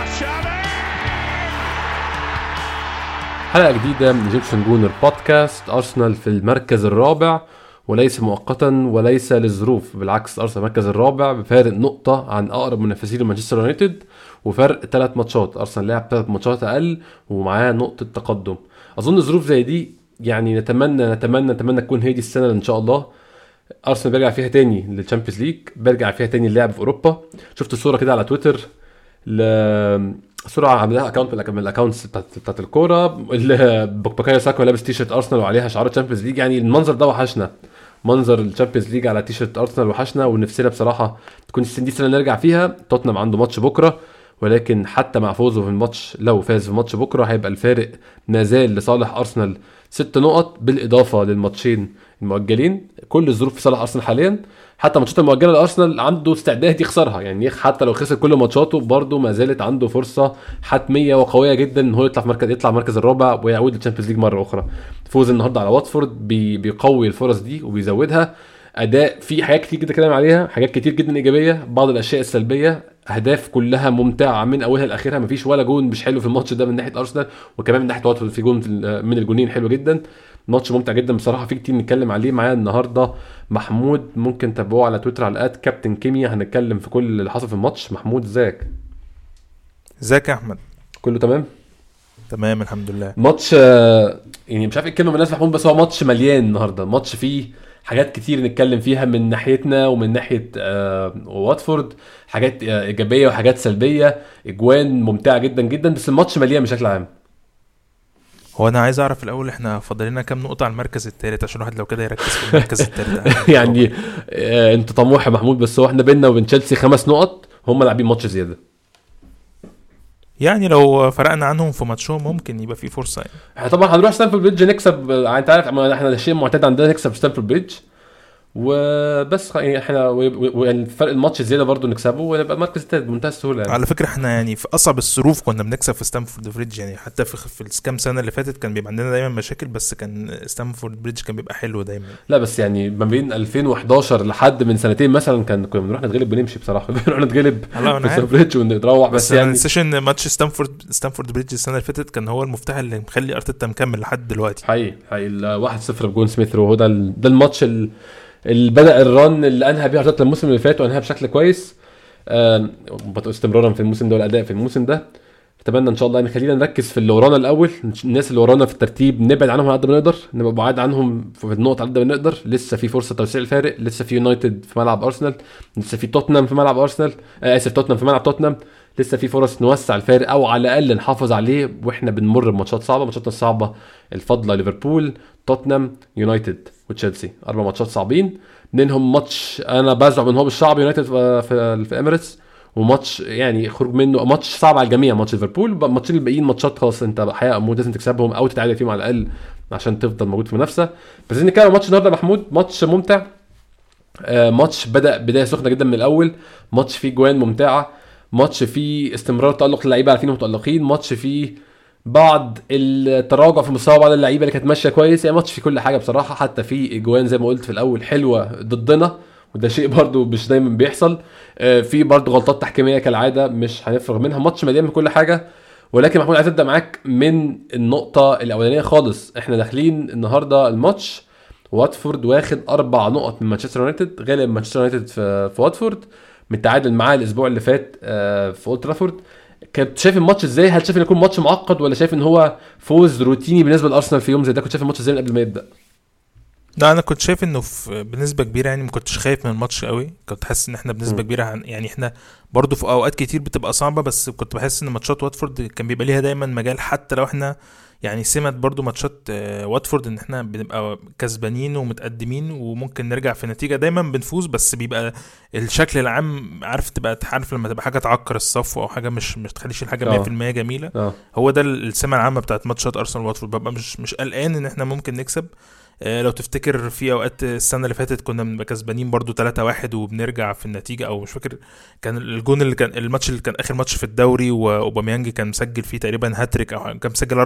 حلقة جديدة من ايجيبشن جونر بودكاست. أرسنال في المركز الرابع وليس مؤقتا وليس للظروف، بالعكس أرسنال المركز الرابع بفارق نقطة عن أقرب منافسين مانشستر يونايتد وفرق 3 ماتشات. أرسنال لعب 3 ماتشات أقل ومعاه نقطة تقدم. أظن ظروف زي دي يعني نتمنى تكون هي دي السنة إن شاء الله أرسنال بيرجع فيها تاني للتشامبيونز ليج، بيرجع فيها تاني اللعب في أوروبا. شفت الصورة كده على تويتر صورة عاملها اكونت من الاكونتس بتاعت الكوره، بوكباكايو ساكا لابس تيشرت ارسنال وعليها شعار تشامبيونز ليج. يعني المنظر ده وحشنا، منظر التشامبيونز ليج على تيشرت ارسنال وحشنا، ونفسنا بصراحه تكون السنه دي سنه نرجع فيها. توتنهام عنده ماتش بكره، ولكن حتى مع فوزه في الماتش، لو فاز في ماتش بكره هيبقى الفارق ما زال لصالح ارسنال 6 نقط بالاضافه للماتشين المؤجلين. كل الظروف في صالح ارسنال حاليا، حتى ماتشات المؤجله لارسنال عنده استعداد يخسرها. يعني حتى لو خسر كل ماتشاته برضه ما زالت عنده فرصه حتميه وقويه جدا ان هو يطلع المركز الرابع ويعود للتشامبيونز ليج مره اخرى. فوز النهارده على واتفورد بيقوي الفرص دي وبيزودها. اداء في حاجات كتير جدا كلام عليها، حاجات كتير جدا ايجابيه، بعض الاشياء السلبيه. اهداف كلها ممتعه من اولها لاخرها، مفيش ولا جون مش حلو في الماتش ده من ناحيه ارسنال، وكمان من ناحيه واتفورد في جون من الجونين حلو جدا. ماتش ممتع جدا بصراحه، في كتير نتكلم عليه. معايا النهارده محمود، ممكن تتابعوه على تويتر على @كابتن كيميا. هنتكلم في كل اللي حصل في الماتش. محمود ازيك؟ ازيك يا احمد؟ كله تمام الحمد لله. ماتش يعني مش عارف ايه الكلمه بالنسبه محمود، بس هو ماتش مليان النهارده. ماتش فيه حاجات كتير نتكلم فيها من ناحيتنا ومن ناحيه واتفورد، حاجات ايجابيه وحاجات سلبيه، اجوان ممتعه جدا جدا، بس الماتش مليان بشكل عام. هو انا عايز اعرف الاول احنا فاضلنا كام نقطه على المركز الثالث، عشان واحد لو كده يركز في المركز الثالث. يعني انت طموح يا محمود، بس هو احنا بيننا وبين تشيلسي 5 نقط، هم لاعبين ماتش زياده. يعني لو فرقنا عنهم في ماتشهم ممكن يبقى في فرصه. يعني احنا طبعا هنروح ستانفورد بريدج نكسب، انت عارف احنا شيء معتاد عندنا نكسب ستانفورد بريدج وبس. يعني احنا الفرق الماتش زياده برضو نكسبه ونبقى المركز الثالث بمنتهى السهوله. يعني على فكره احنا يعني في اصعب الظروف كنا بنكسب في ستانفورد بريدج، يعني حتى في الكام سنه اللي فاتت كان بيبقى عندنا دايما مشاكل، بس كان ستانفورد بريدج كان بيبقى حلو دايما. لا بس يعني ما بين 2011 لحد من سنتين مثلا كنا بنروح نتغلب ونمشي بصراحه. بنروح نتغلب في ستانفورد بريدج ونروح، بس يعني سيشن ماتش ستانفورد بريدج السنه اللي فاتت كان هو المفتاح اللي مخلي ارتيتا مكمل لحد دلوقتي. حقيقي 1-0 بجون سميث رو. ده الماتش اللي بدأ الرن اللي انهى بيه ارتيتا الموسم اللي فات، وانهى بشكل كويس استمرارا في الموسم ده والاداء في الموسم ده. اتمنى ان شاء الله ان خلينا نركز في اللي ورانا الاول. الناس اللي ورانا في الترتيب نبعد عنهم على قد ما نقدر، نبقى بعاد عنهم في النقط على قد ما نقدر. لسه في فرصه توسيع الفارق، لسه في يونايتد في ملعب ارسنال، لسه في توتنهام في ملعب ارسنال، توتنهام في ملعب توتنهام. لسه في فرص نوسع الفارق او على الاقل نحافظ عليه واحنا بنمر بماتشات صعبه. ماتشاتنا الصعبه الفضله ليفربول، توتنهام، يونايتد وتشيلسي، 4 ماتشات صعبين. منهم ماتش انا بزعم ان هو بالصعب، يونايتد في اميريتس، وماتش يعني خروج منه ماتش صعب على الجميع، ماتش ليفربول. ماتشين الباقيين ماتشات خلاص انت حقيقه مو لازم تكسبهم او تتعادل فيهم على الاقل عشان تفضل موجود في المنافسه. بس نتكلم ماتش النهارده محمود، ماتش ممتع. ماتش بدايه سخنه جدا من الاول، ماتش فيه جوان ممتعه، ماتش فيه استمرار تألق اللعيبه عارفين متألقين، ماتش فيه بعض التراجع في مستوى بعض اللعيبه اللي كانت ماشيه كويس. يعني ماتش فيه كل حاجه بصراحه، حتى فيه اجوان زي ما قلت في الاول حلوه ضدنا، وده شيء برضو مش دايما بيحصل. في برضو غلطات تحكيميه كالعاده مش هنفرغ منها. ماتش مليان من كل حاجه. ولكن محمود عايز ابدا معاك من النقطه الاولانيه خالص. احنا داخلين النهارده الماتش واتفورد واخد 4 نقط من مانشستر يونايتد، غالب مانشستر يونايتد في واتفورد، متعادل معاه الاسبوع اللي فات في اولد ترافورد. كنت شايف الماتش ازاي؟ هل شايف ان يكون ماتش معقد ولا شايف ان هو فوز روتيني بالنسبه لارسنال في يوم زي ده؟ كنت شايف الماتش ازاي قبل ما يبدا؟ لا انا كنت شايف انه بنسبه كبيره، يعني ما كنتش خايف من الماتش قوي. كنت حاسس ان احنا بنسبه كبيره يعني احنا برضو في اوقات كتير بتبقى صعبه، بس كنت بحس ان ماتشات واتفورد كان بيبقى ليها دايما مجال، حتى لو احنا يعني سمت برضو ماتشات واتفورد ان احنا بنبقى كسبانين ومتقدمين وممكن نرجع في نتيجه دايما بنفوز، بس بيبقى الشكل العام عارف تبقى عارف لما تبقى حاجه تعكر الصف او حاجه مش تخليش الحاجه 100% جميله. هو ده السمه العامه بتاعت ماتشات ارسنال واتفورد. ببقى مش قلقان ان احنا ممكن نكسب. لو تفتكر في اوقات السنه اللي فاتت كنا بنبقى كسبانين برضو 3-1 وبنرجع في النتيجه، او مش فاكر كان الجون اللي كان الماتش اللي كان اخر ماتش في الدوري واوباميانج كان مسجل فيه تقريبا هاتريك او كان مسجل 4 اجوان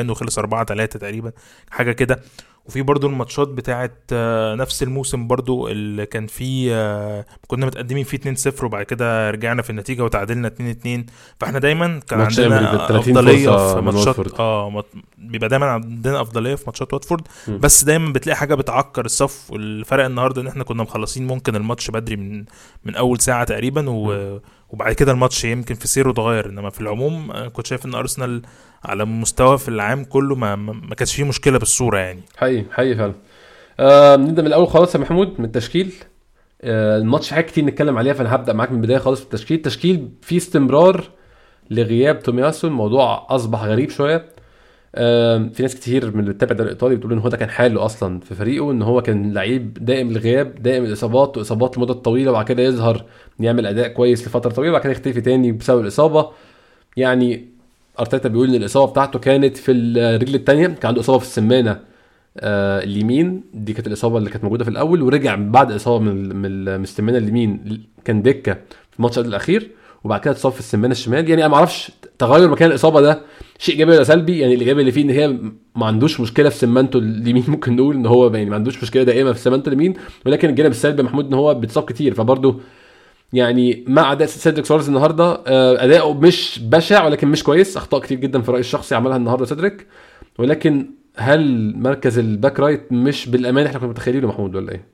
اجوان وخلص 4-3 تقريبا حاجه كده. وفي برضو الماتشات بتاعت نفس الموسم برضو اللي كان فيه كنا متقدمين فيه 2-0 وبعد كده رجعنا في النتيجه وتعادلنا 2-2. فاحنا دايما كان عندنا افضليه في ماتشات بيبقى دايما عندنا افضليه في ماتشات واتفورد. بس دايما بتلاقي حاجه بتعكر الصف. والفرق النهارده ان احنا كنا مخلصين ممكن الماتش بدري من اول ساعه تقريبا وبعد كده الماتش يمكن في سيره اتغير. انما في العموم كنت شايف ان ارسنال على مستوى في العام كله ما كانش فيه مشكله بالصوره يعني. حقيقي فعلا. نبدا من الاول خالص يا محمود من التشكيل. الماتش حاجات كتير نتكلم عليها فانا هبدا معاك من البدايه خالص في التشكيل في استمرار لغياب تومياسو. الموضوع اصبح غريب شويه. في ناس كتير من اللي بتتابع الدوري الايطالي بتقول ان هو ده كان حاله اصلا في فريقه ان هو كان لعيب دائم الغياب دائم الاصابات واصابات لمده طويله وبعد كده يظهر يعمل اداء كويس لفتره طويله وبعد كده يختفي تاني بسبب الاصابه. يعني ارتيتا بيقول ان الاصابه بتاعته كانت في الرجل الثانيه كان عنده اصابه في السمانه اليمين. دي كانت الاصابه اللي كانت موجوده في الاول ورجع بعد اصابه من السمانه اليمين كان دكه في الماتش الاخير وبعد كده اتصاب في السمانه الشمال. يعني انا ما اعرفش تغير مكان الاصابه ده شيء ايجابي ولا سلبي. يعني الايجابي اللي فيه ان هي ما عندوش مشكله في سمانته اليمين ممكن نقول ان هو يعني ما عندوش مشكله دائمه في سمانته اليمين. ولكن الجانب السلبي محمود ان هو بيتصاب كتير فبرضه يعني مع اداء سيدريك سواريز النهارده اداؤه مش بشع ولكن مش كويس. اخطاء كتير جدا في رايي الشخصي عملها النهارده سيدريك. ولكن هل مركز الباك رايت مش بالامان احنا كنا متخيلينه محمود ولا ايه؟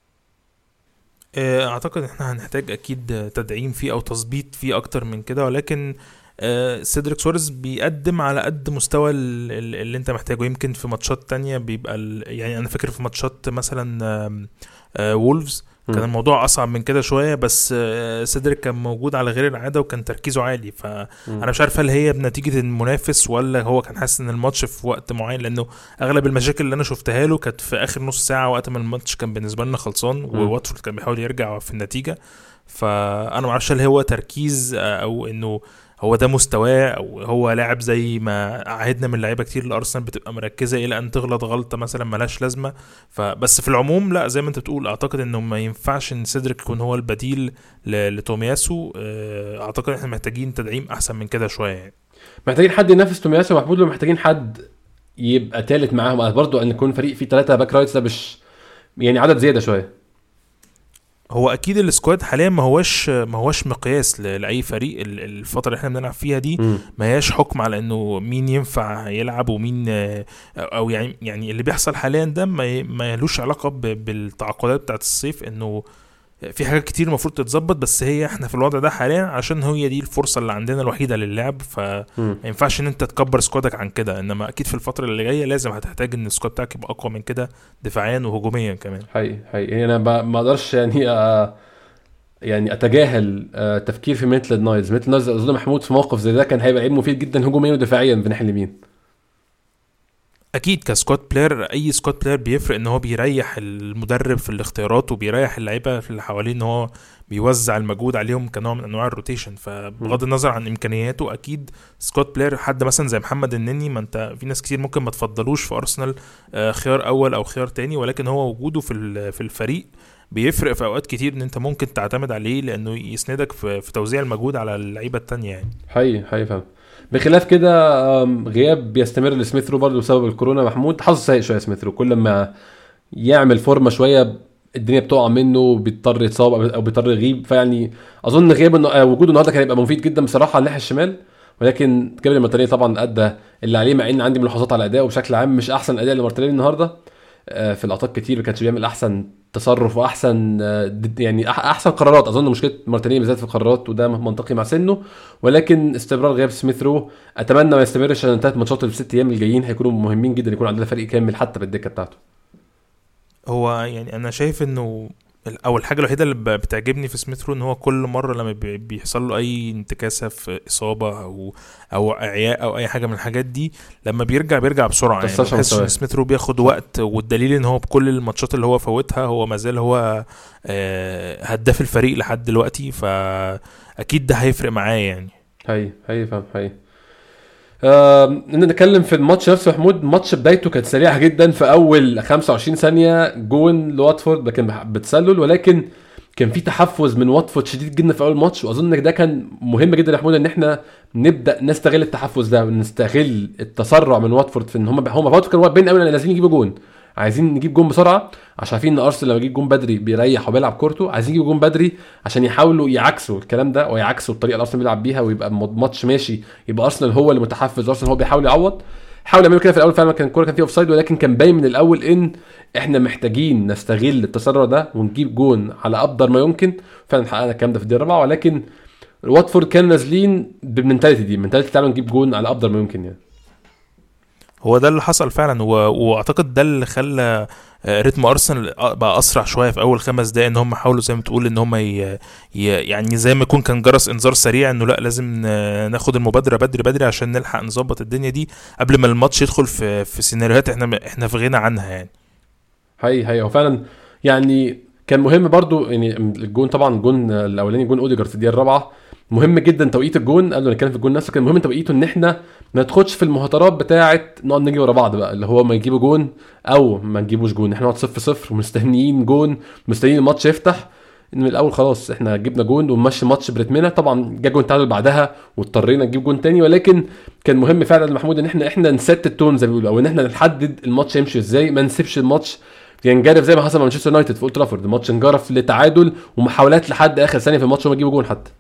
اعتقد احنا هنحتاج اكيد تدعيم فيه او تظبيط فيه اكتر من كده. ولكن سيدريك سواريز بيقدم على قد مستوى اللي انت محتاجه. يمكن في ماتشات تانية بيبقى يعني انا فاكر في ماتشات مثلا وولفز كان الموضوع اصعب من كده شويه بس سيدريك كان موجود على غير العاده وكان تركيزه عالي. فانا مش عارف هل هي بنتيجه المنافس ولا هو كان حاسس ان الماتش في وقت معين لانه اغلب المشاكل اللي انا شفتها له كانت في اخر نص ساعه وقت ما الماتش كان بالنسبه لنا خلصان وواتفورد كان بيحاول يرجع في النتيجه. فانا ما اعرفش هل هو تركيز او انه هو ده مستواه او هو لاعب زي ما عهدنا من لعيبه كتير الارسنال بتبقى مركزه الى ان تغلط غلطه مثلا ملاش لازمه. فبس في العموم لا زي ما انت بتقول اعتقد انه ما ينفعش ان سيدريك يكون هو البديل لتومياسو. اعتقد احنا محتاجين تدعيم احسن من كده شويه يعني. محتاجين حد ينافس تومياسو محمود ومحتاجين حد يبقى ثالث معاهم. برضو ان يكون فريق فيه 3 باك رايتس ده مش يعني عدد زياده شويه. هو اكيد السكواد حاليا ما هوش مقياس لاي فريق. الفتره اللي احنا بنلعب فيها دي ما هياش حكم على انه مين ينفع يلعب ومين او يعني اللي بيحصل حاليا ده ما لوش علاقه بالتعاقدات بتاعه الصيف. انه في حاجات كتير المفروض تتظبط بس هي احنا في الوضع ده حاليا عشان هي دي الفرصه اللي عندنا الوحيده للعب. فما ينفعش ان انت تكبر سكوادك عن كده. انما اكيد في الفتره اللي جايه لازم هتحتاج ان السكواد بتاعك يبقى اقوى من كده دفاعيا وهجوميا كمان. حقيقي انا ما اقدرش يعني اتجاهل تفكير في ميتلاند نايلز اظن محمود في موقف زي ده كان هيبقى لعيب مفيد جدا هجوميا ودفاعيا بناحيه اليمين. اكيد كسكواد بلاير اي سكواد بلاير بيفرق ان هو بيريح المدرب في الاختيارات وبيريح اللعيبه اللي حواليه ان هو بيوزع المجهود عليهم كنوع من انواع الروتيشن. فبغض النظر عن امكانياته اكيد سكواد بلاير حد مثلا زي محمد النني ما انت في ناس كتير ممكن ما تفضلوش في ارسنال خيار اول او خيار تاني ولكن هو وجوده في الفريق بيفرق في اوقات كتير ان انت ممكن تعتمد عليه لانه يسندك في توزيع المجهود على اللعيبه التانية يعني. حقيقي فاهم. بخلاف كده غياب بيستمر لسميث رو برضه بسبب الكورونا محمود. حظه سيء شويه سميث رو كل ما يعمل فورمه شويه الدنيا بتقع منه بيضطر يتصاب او بيضطر يغيب. فيعني اظن غياب وجوده النهارده كان هيبقى مفيد جدا بصراحه على الناحيه الشمال. ولكن جابريل مارتينيلي طبعا ادى اللي عليه مع ان عندي ملاحظات على اداؤه بشكل عام مش احسن اداء لمارتينيلي النهارده. في اللقطات كتير ما كانش بيعمل احسن تصرف واحسن يعني احسن قرارات. اظن مشكله مارتينيلي بالذات في القرارات وده منطقي مع سنه. ولكن استمرار غياب سميث رو اتمنى ما يستمرش عشان انتهت ماتشات الست ايام الجايين هيكونوا مهمين جدا يكون عندنا فريق كامل حتى بالدكه بتاعته. هو يعني انا شايف انه اول حاجه الوحيده اللي بتعجبني في سميث رو ان هو كل مره لما بيحصل له اي انتكاسه في اصابه او اعياء او اي حاجه من الحاجات دي لما بيرجع بسرعه. يعني بحس ان سميث رو بياخد وقت والدليل ان هو بكل الماتشات اللي هو فوتها هو مازال هو هداف الفريق لحد دلوقتي. فاكيد ده هيفرق معاه يعني. هي فاهم. نتكلم في الماتش نفسه محمود. ماتش بدايته كانت سريعه جدا في اول 25 ثانيه جون لواتفورد لكن بتسلل. ولكن كان في تحفز من واتفورد شديد جدا في اول ماتش، واظن ان ده كان مهم جدا يا محمود ان احنا نبدا نستغل التحفز ده ونستغل التسرع من واتفورد في ان هم واتفورد كانوا باين قوي ان لازم يجيبوا جون، عايزين نجيب جون بسرعه عشان عارفين ان ارسنال لما يجيب جون بدري بيريح وبيلعب كورته، عايزين يجيبوا جون بدري عشان يحاولوا يعكسوا الكلام ده ويعكسوا الطريقه اللي ارسنال بيلعب بيها، ويبقى الماتش ماشي، يبقى ارسنال هو اللي متحفز، ارسنال هو بيحاول يعوض. حاولوا يعملوا كده في الاول فعلا، كان الكوره كان فيها اوفسايد، ولكن كان باين من الاول ان احنا محتاجين نستغل التسرع ده ونجيب جون على افضل ما يمكن. فعلا حققنا الكلام ده في الدقيقه 4، ولكن واتفورد كانوا نازلين بالمنتاليتي دي، منتاليتي تعالوا نجيب جون على افضل ما يمكن يعني. هو ده اللي حصل فعلا، واعتقد ده اللي خلى رتم ارسنال بقى اسرع شويه في اول 5 دقايق، ان هم حاولوا زي ما تقول ان هم يعني زي ما يكون كان جرس انذار سريع انه لا لازم ناخد المبادره بدري عشان نلحق نظبط الدنيا دي قبل ما الماتش يدخل في سيناريوهات احنا في غنى عنها يعني. هي هو فعلا يعني كان مهم برضو يعني الجون، طبعا الجون الاولاني جون اوديجارد في الدقيقه 4 مهم جدا توقيت الجون، قبل ما نتكلم في الجون نفسه كان مهم توقيته، ان احنا ما ندخلش في المهاترات بتاعه نقعد نجي ورا بعض بقى، اللي هو ما يجيبوا جون او ما نجيبوش جون، احنا نقعد 0-0 ومستنيين جون، مستنيين الماتش يفتح. ان من الاول خلاص احنا جبنا جون ونمشي الماتش برتمنا، طبعا جا جون تعادل بعدها واضطرينا نجيب جون تاني، ولكن كان مهم فعلا محمود ان احنا نسيت التون زي ما بيقولوا، او ان احنا نحدد الماتش يمشي ازاي، ما نسيبش الماتش ينجرف زي ما حصل مع مانشستر يونايتد في اولد ترافورد، الماتش انجرف لتعادل ومحاولات لحد اخر ثانيه في الماتش وما يجيبوا جون حتى.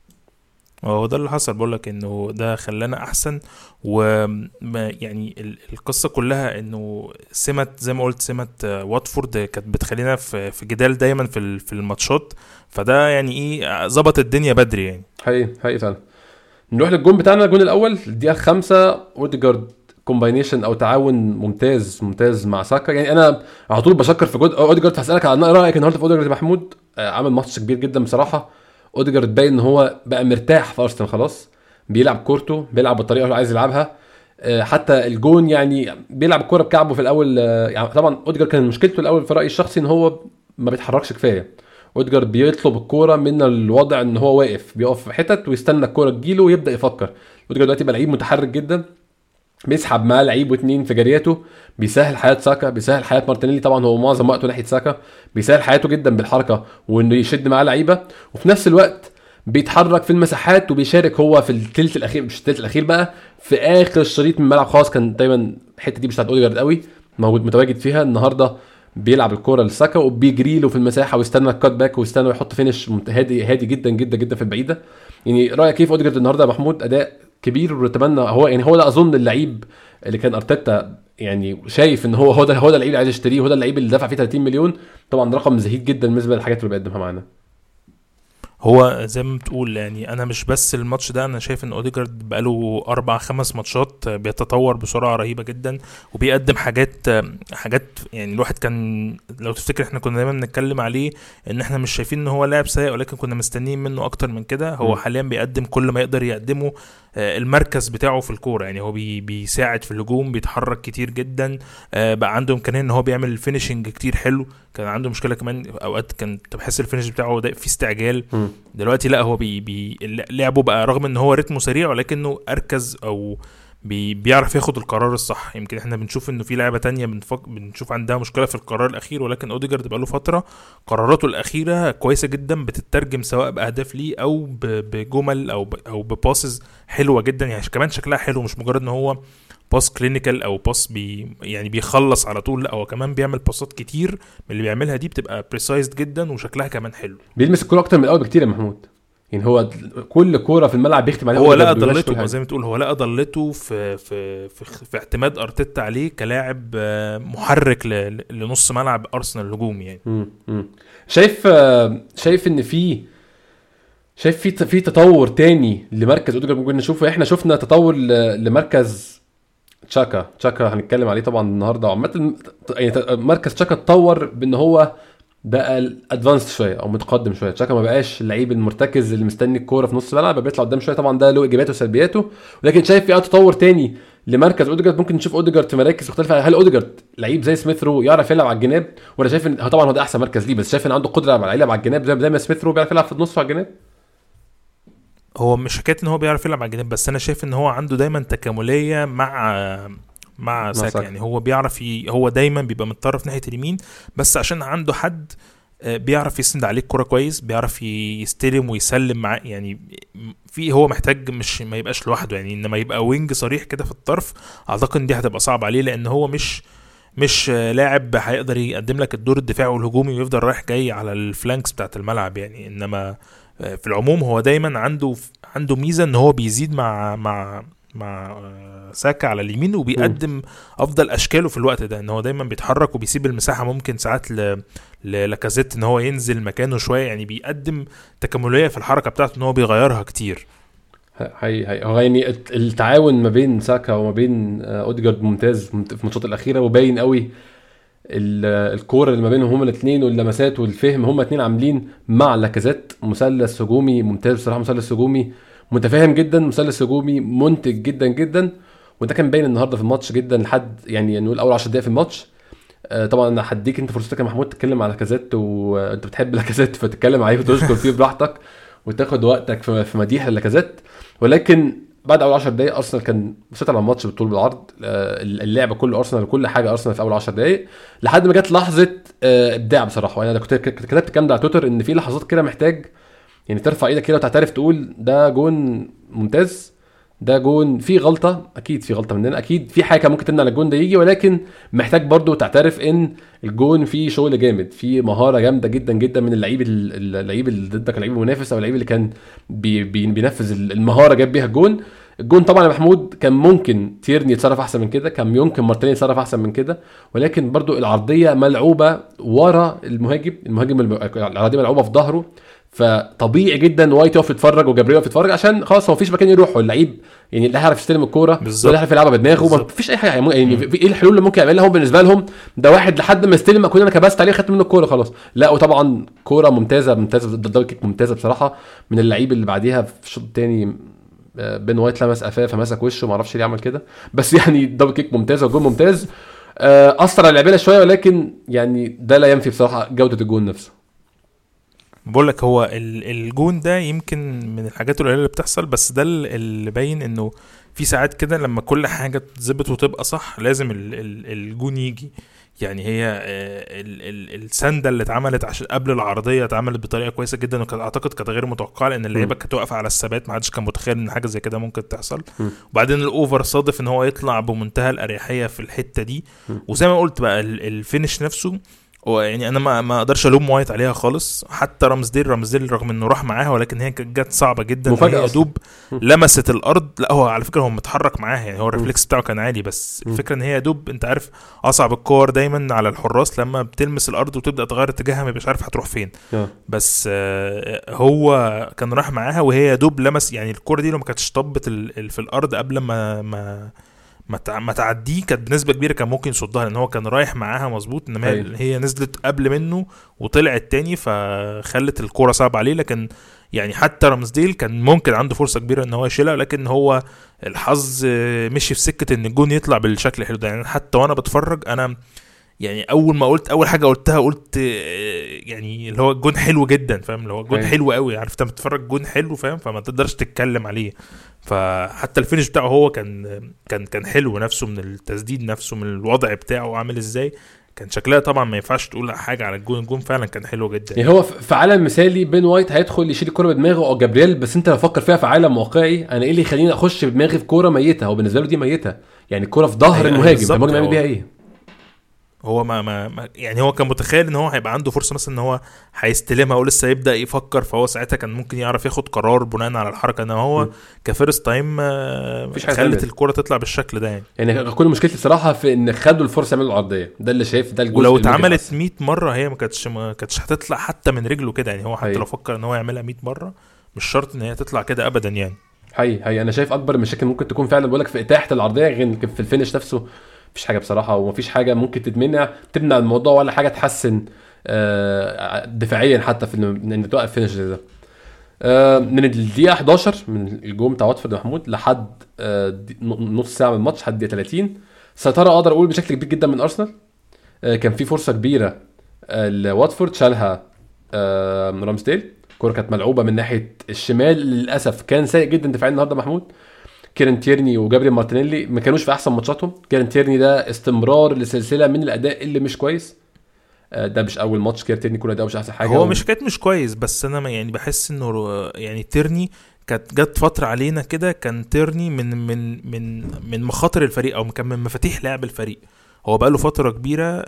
هو ده اللي حصل، بقول لك انه ده خلانا احسن. و يعني القصه كلها انه سمت زي ما قلت، سمت واتفورد كانت بتخلينا في جدال دايما في الماتشات، فده يعني ايه ظبط الدنيا بدري يعني. حقيقي فعلا. نروح للجون بتاعنا، الجون الاول الدقيقه 5 اوديجارد كومباينيشن او تعاون ممتاز مع ساكا. يعني انا على طول بشكر في جود اوديجارد، هسالك على رايك النهارده في اوديجارد محمود. عمل ماتش كبير جدا بصراحه. اوديجارد باين ان هو بقى مرتاح في ارسنال خلاص، بيلعب كورته، بيلعب بالطريقه اللي عايز يلعبها. حتى الجون يعني بيلعب الكوره بكعبه في الاول. يعني طبعا اوديجارد كان مشكلته الاول في رايي الشخصي ان هو ما بيتحركش كفايه. اوديجارد بيطلب الكوره من الوضع ان هو واقف، بيقف في حتت ويستنى الكوره تجيله ويبدا يفكر. اوديجارد دلوقتي بقى لعيب متحرك جدا، بيسحب معاه لعيب واثنين في جرياته، بيسهل حياه ساكا، بيسهل حياه مارتينيلي، طبعا هو معظم وقته ناحيه ساكا، بيسهل حياته جدا بالحركه وانه يشد معاه لعيبه، وفي نفس الوقت بيتحرك في المساحات وبيشارك هو في الثلث الاخير، مش الثلث الاخير بقى، في اخر الشريط من الملعب خلاص. كان دايما الحته دي بتاعت اوديجارد قوي موجود متواجد فيها. النهارده بيلعب الكوره لساكا وبيجري له في المساحه ويستنى الكات باك ويستنى يحط فينش هادي جدا جدا جدا في البعيده. يعني رايك كيف اوديجارد النهارده يا محمود؟ اداء كبير، ونتمنى هو يعني هو ده اظن اللعيب اللي كان ارتيتا يعني شايف ان هو ده اللعيب اللي عايز يشتريه، هو ده اللعيب اللي دفع فيه 30 مليون. طبعا رقم زهيد جدا بالنسبه للحاجات اللي بيقدمها معانا. هو زي ما بتقول يعني انا مش بس الماتش ده، انا شايف ان اوديجارد بقاله 4-5 ماتشات بيتطور بسرعه رهيبه جدا، وبيقدم حاجات يعني الواحد كان لو تفتكر احنا كنا دايما بنتكلم عليه ان احنا مش شايفين ان هو لاعب سيء، ولكن كنا مستنيين منه اكتر من كده. هو حاليا بيقدم كل ما يقدر يقدمه. المركز بتاعه في الكوره يعني هو بيساعد في الهجوم، بيتحرك كتير جدا، بقى عنده امكانيه ان هو بيعمل الفينيشنج كتير حلو. كان عنده مشكله كمان اوقات كان بحس الفينيش بتاعه ده في استعجال. دلوقتي لا، هو لعبه بقى رغم ان هو رتمه سريع ولكنه اركز او بيعرف ياخد القرار الصح. يمكن احنا بنشوف انه في لعبة تانية بنشوف عندها مشكلة في القرار الاخير، ولكن اوديجارد بقاله فترة قراراته الاخيرة كويسة جدا، بتترجم سواء باهداف ليه او بجمل او بباسز حلوة جدا. يعني كمان شكلها حلو، مش مجرد ان هو باس كلينيكال او باس يعني بيخلص على طول، لا هو كمان بيعمل باسات كتير من اللي بيعملها دي بتبقى بريسايزد جدا وشكلها كمان حلو. بيلمس الكوره اكتر من الاول بكتير يا محمود. يعني هو كل كوره في الملعب بيختم عليها. هو لقى ضلته زي ما تقول، هو لقى ضلته في اعتماد ارتيتا عليه كلاعب محرك لنص ملعب ارسنال الهجومي يعني. شايف ان في تطور تاني لمركز اوديجارد ممكن نشوفه. احنا شفنا تطور لمركز تشاكا هنتكلم عليه طبعا النهارده. عامه يعني مركز تشاكا اتطور بان هو بقى ادفانس شويه او متقدم شويه. تشاكا ما بقاش اللعيب المرتكز اللي مستني الكوره في نص الملعب، بيطلع قدام شويه. طبعا ده له ايجابياته وسلبياته، ولكن شايف في تطور تاني لمركز اوديجارد. ممكن نشوف اوديجارد في مراكز مختلفه. هل اوديجارد لعيب زي سميث رو يعرف يلعب على الجناب، ولا شايف ان طبعا هو ده احسن مركز ليه، بس شايف ان عنده قدره على يلعب على الجناب زي ما سميث رو بيعرف يلعب في النص على الجناب؟ هو مش حكايه ان هو بيعرف يلعب على الجناب، بس انا شايف ان هو عنده دايما تكامليه مع ساكا. يعني هو بيعرف هو دايما بيبقى متطرف ناحيه اليمين، بس عشان عنده حد بيعرف يسند عليك كرة كويس، بيعرف يستلم ويسلم معاه يعني. في هو محتاج مش ما يبقاش لوحده يعني، انما يبقى وينج صريح كده في الطرف. اعتقد دي هتبقى صعب عليه، لان هو مش لاعب هيقدر يقدم لك الدور الدفاعي والهجومي ويفضل رايح جاي على الفلانكس بتاعت الملعب يعني. انما في العموم هو دايما عنده ميزة ان هو بيزيد مع ساكا على اليمين، وبيقدم افضل اشكاله في الوقت ده، ان هو دايما بيتحرك وبيسيب المساحه ممكن ساعات للاكازيت ان هو ينزل مكانه شويه يعني. بيقدم تكامليه في الحركه بتاعته، ان هو بيغيرها كتير. هي هو يعني التعاون ما بين ساكا وما بين اوديجارد ممتاز في الماتشات الاخيره، وباين قوي الكوره اللي ما بينهم هما الاثنين واللمسات والفهم. هما الاثنين عاملين مع لاكازيت مثلث هجومي ممتاز بصراحه، مثلث هجومي متفاهم جدا، مثلث هجومي منتج جدا جدا. وده كان باين النهارده في الماتش جدا، لحد يعني نقول اول 10 دقائق في الماتش. طبعا انا هديك انت فرصتك يا محمود تتكلم على لاكازيت، وانت بتحب لاكازيت فتتكلم عليه وتشكر فيه براحتك وتاخد وقتك في مديح لاكازيت. ولكن بعد اول 10 دقائق ارسنال كان مسيطر على الماتش بالطول بالعرض. اللعبه كله ارسنال وكل حاجه ارسنال في اول 10 دقائق، لحد ما جت لحظه ابداع بصراحه. انا كنت كتبت الكلام ده على تويتر، ان في لحظات كده محتاج يعني ترفع ايدك كده وتعترف تقول ده جون ممتاز، ده جون فيه غلطه، اكيد في غلطه مننا، اكيد في حاجه ممكن تمنع الجون ده يجي، ولكن محتاج برضو تعترف ان الجون فيه شغل جامد، فيه مهاره جامده جدا جدا من اللعيب اللي ضدك، اللعيب المنافس او اللعيب اللي كان بينفذ المهاره جاب بيها الجون طبعا يا محمود كان ممكن تيرني يتصرف احسن من كده، كان يمكن مارتينيز يتصرف احسن من كده، ولكن برضو العرضيه ملعوبه ورا المهاجم العرضيه ملعوبه في ظهره. فطبيعي جدا وايت يقف يتفرج وجابريل يقف يتفرج، عشان خلاص هو مفيش مكان يروح، اللعيب يعني لا هيعرف يستلم الكوره ولا هيعرف يلعبها بدماغه، مفيش اي حاجه يعني. ايه الحلول اللي ممكن يعملها هم بالنسبه لهم؟ ده واحد لحد ما يستلم اكون انا كبست عليه خدت منه الكوره خلاص. لا وطبعا كوره ممتازه دبل كيك ممتازه بصراحه من اللعيب اللي بعديها في الشوط الثاني. بين وايت لمس قفاه فمسك وشه، ما اعرفش ليه عمل كده، بس يعني دبل كيك ممتازه وجول ممتاز. اثر على اللعيبه شويه، ولكن يعني ده لا ينفي بصراحه جوده الجول نفسه. بقول لك هو الجون ده يمكن من الحاجات القليله اللي بتحصل، بس ده اللي باين انه في ساعات كده لما كل حاجه تظبط وتبقى صح لازم الجون يجي يعني. هي السنده اللي اتعملت عشان قبل العرضيه اتعملت بطريقه كويسه جدا، وكانت اعتقد كانت غير متوقعه، لان اللعيبه كانت واقفه على الثبات، ما حدش كان متخيل ان حاجه زي كده ممكن تحصل. وبعدين الاوفر صادف ان هو يطلع بمنتهى الاريحيه في الحته دي. وزي ما قلت بقى الفينش نفسه يعني انا ما اقدرش الوم وايت عليها خالص. حتى رامزديل رغم انه راح معاها، ولكن هي كانت جت صعبه جدا، هي دوب لمست الارض. لا هو على فكره هو متحرك معاها يعني، هو الريفلكس بتاعه كان عالي، بس الفكره ان هي دوب، انت عارف اصعب الكور دايما على الحراس لما بتلمس الارض وتبدا تغير اتجاهها، ما يبقاش عارف هتروح فين. بس هو كان راح معاها وهي دوب لمس يعني. الكوره دي لو ما كانتش طبت في الارض قبل ما تعديه، كانت بنسبه كبيره كان ممكن يصدها، لان هو كان رايح معاها مظبوط، انما هي نزلت قبل منه وطلعت تاني، فخلت الكوره صعب عليه. لكن يعني حتى رامزديل كان ممكن عنده فرصه كبيره ان هو يشيلها، لكن هو الحظ مشي في سكه ان الجون يطلع بالشكل الحلو ده يعني. حتى وانا بتفرج انا يعني اول حاجه قلت يعني اللي هو الجون حلو جدا، فاهم؟ اللي هو الجون حلو قوي، عرفت لما تتفرج جون حلو، فاهم؟ فما تقدرش تتكلم عليه. فحتى الفينش بتاعه هو كان حلو نفسه، من التسديد نفسه، من الوضع بتاعه عامل ازاي، كان شكلها طبعا ما ينفعش تقول حاجه على الجون فعلا كان حلو جدا يعني. هو في عالم مثالي بين وايت هيدخل يشيل الكوره بدماغه او جابرييل، بس انت لو فكر فيها في عالم واقعي، انا ايه اللي يخليني اخش بدماغي في كوره ميته؟ هو بالنسبه له دي ميته يعني، الكوره في ظهر المهاجم، المهاجم يعمل بيها ايه؟ هو ما يعني هو كان متخيل ان هو هيبقى عنده فرصه مثلا ان هو هيستلمها ولسه يبدا يفكر، فهو ساعتها كان ممكن يعرف ياخد قرار بناء على الحركه، ان هو كفيرست تايم خلت الكره تطلع بالشكل ده يعني كل مشكلتي الصراحه في ان خدوا الفرصه يعملوا العرضيه، ده اللي شايف ده الجزء. ولو اتعملت 100 مره هي ما كانتش هتطلع حتى من رجله كده يعني. هو حتى لو فكر ان هو يعملها 100 مره مش شرط ان هي تطلع كده ابدا يعني. هي انا شايف اكبر المشاكل ممكن تكون فعلا بقول لك في اتاحه العرضيه، غير في الفينش نفسه مفيش حاجه بصراحه، ومفيش حاجه ممكن تمنع الموضوع، ولا حاجه تحسن دفاعيا حتى في ان توقف فينش زي ده. من الدقيقه 11 من الجون بتاع واتفورد محمود لحد نص ساعه من الماتش لحد دقيقه 30 سيطره اقدر اقول بشكل كبير جدا من ارسنال. كان في فرصه كبيره لواتفورد شالها رامسديل، الكوره كانت ملعوبه من ناحيه الشمال، للاسف كان سيء جدا دفاعيا النهارده محمود. كيرن تيرني وجابريل مارتينيلي ما كانوش في احسن ماتشاتهم. كيرن تيرني ده استمرار لسلسله من الاداء اللي مش كويس. ده مش اول ماتش كده تيرني كل ده مش احسن حاجه. هو مش كانت مش كويس، بس انا يعني بحس انه يعني تيرني كانت جت فتره علينا كده كان تيرني من مخاطر الفريق او كان من مفاتيح لعب الفريق. هو بقاله فتره كبيره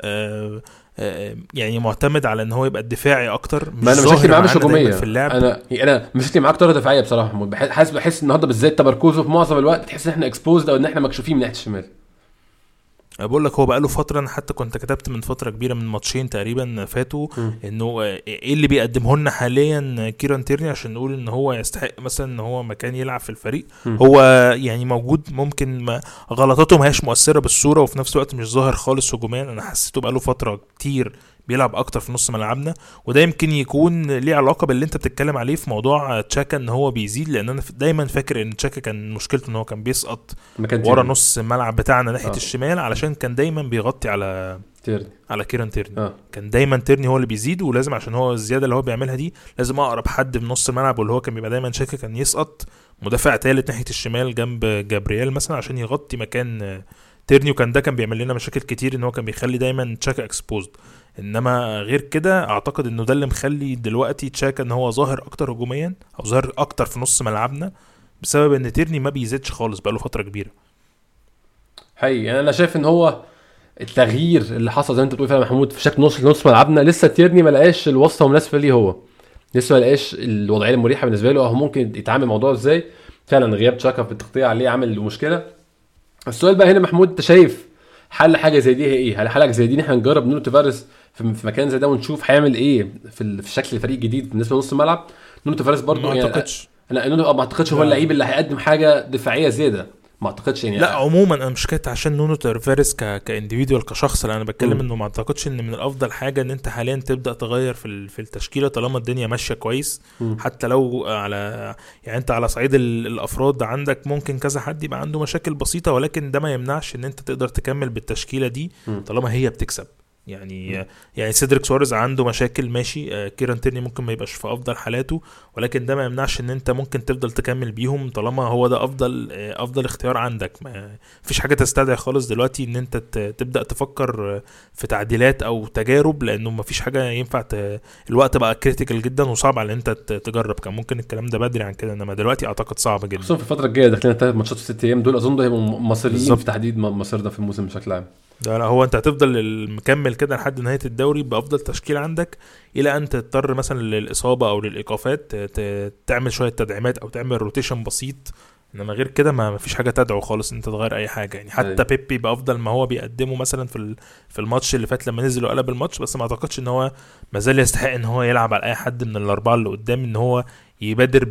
يعني معتمد على ان هو يبقى الدفاعي اكتر، مش ما انا مشكلتي معاه مش هجوميه في اللعب. انا مشكلتي معاه اكتر دفاعيه بصراحه محمود. بحس النهارده بالذات تمركزه في معظم الوقت تحس ان احنا اكسبوزد او ان احنا مكشوفين من ناحيه الشمال. بقول لك هو بقاله فتره، انا حتى كنت كتبت من فتره كبيره من ماتشين تقريبا فاتوا انه ايه اللي بيقدمه لنا حاليا كيران تيرني عشان نقول ان هو يستحق مثلا ان هو مكان يلعب في الفريق. هو يعني موجود، ممكن ما غلطاته ما هيش مؤثره بالصوره، وفي نفس الوقت مش ظاهر خالص هجوميا. انا حسيته بقاله فتره كتير بيلعب اكتر في نص ملعبنا، وده يمكن يكون ليه علاقه باللي انت بتتكلم عليه في موضوع تشاكا ان هو بيزيد، لان انا دايما فاكر ان تشاكا كان مشكلته ان هو كان بيسقط ورا نص الملعب بتاعنا ناحيه الشمال، علشان كان دايما بيغطي على تيرني، على كيران تيرني. كان دايما تيرني هو اللي بيزيد، ولازم عشان هو الزياده اللي هو بيعملها دي لازم اقرب حد من نص الملعب، واللي هو كان بيبقى دايما تشاكا كان يسقط مدافع ثالث ناحيه الشمال جنب جابرييل مثلا عشان يغطي مكان تيرني، وكان ده كان بيعمل لنا مشاكل كتير ان هو كان بيخلي دايما تشاكا اكسبوزد. انما غير كده اعتقد انه ده اللي مخلي دلوقتي تشاكا ان هو ظاهر اكتر هجوميا او ظاهر اكتر في نص ملعبنا، بسبب ان تيرني ما بيزيدش خالص بقاله فتره كبيره. حقيقي يعني انا شايف ان هو التغيير اللي حصل زي ما انت بتقول فعلا محمود في شكل نص ملعبنا، لسه تيرني ما لقاش الوسطه المناسبه ليه، هو لسه ما لقاش الوضعيه المريحه بالنسبه له، او ممكن يتعامل الموضوع ازاي. فعلا غياب تشاكا في التغطيه عليه عامل مشكله. السؤال بقى هنا محمود، انت شايف حل حاجه زي دي هي ايه؟ هل حلقه زي دي احنا نجرب نونو تيفاريز في مكان زي ده ونشوف هيعمل ايه في شكل الفريق الجديد بالنسبه لنص الملعب؟ نونو تيفاريز برضو ما اعتقدش، انا نونو ما اعتقدش هو اللعيب اللي هيقدم حاجه دفاعيه زياده، ما اعتقدش يعني. لا عموما انا مش كاتب عشان نونو تيفاريز كانديفيدوال كشخص، لا انا بتكلم انه ما اعتقدش ان من الافضل حاجه ان انت حاليا تبدا تغير في التشكيله طالما الدنيا ماشيه كويس. حتى لو على يعني انت على صعيد الافراد عندك ممكن كذا حد يبقى عنده مشاكل بسيطه، ولكن ده ما يمنعش ان انت تقدر تكمل بالتشكيله دي طالما هي بتكسب. يعني سيدريك سواريز عنده مشاكل ماشي، كيران تيرني ممكن ما يبقاش في افضل حالاته، ولكن ده ما يمنعش ان انت ممكن تفضل تكمل بيهم طالما هو ده افضل اختيار عندك. ما فيش حاجه تستدعي خالص دلوقتي ان انت تبدا تفكر في تعديلات او تجارب، لانه ما فيش حاجه ينفع الوقت بقى كريتيكال جدا وصعب على ان انت تجرب. كان ممكن الكلام ده بدري عن كده، انما دلوقتي اعتقد صعب جدا، خصوصا في الفتره الجايه داخلين 3 ماتشات في 6 ايام دول، اظن ده هيبقوا مصيريين في تحديد مصيرنا في الموسم بشكل عام. لا هو انت هتفضل مكمل كده لحد نهايه الدوري بافضل تشكيل عندك، الى ان تضطر مثلا للاصابه او للايقافات تعمل شويه تدعيمات او تعمل روتيشن بسيط، انما غير كده ما فيش حاجه تدعو خالص ان انت تغير اي حاجه. يعني حتى بيبي بافضل ما هو بيقدمه مثلا في الماتش اللي فات لما نزل وقلب الماتش، بس ما اعتقدش ان هو مازال يستحق ان هو يلعب على اي حد من الاربعه اللي قدام، ان هو يبادر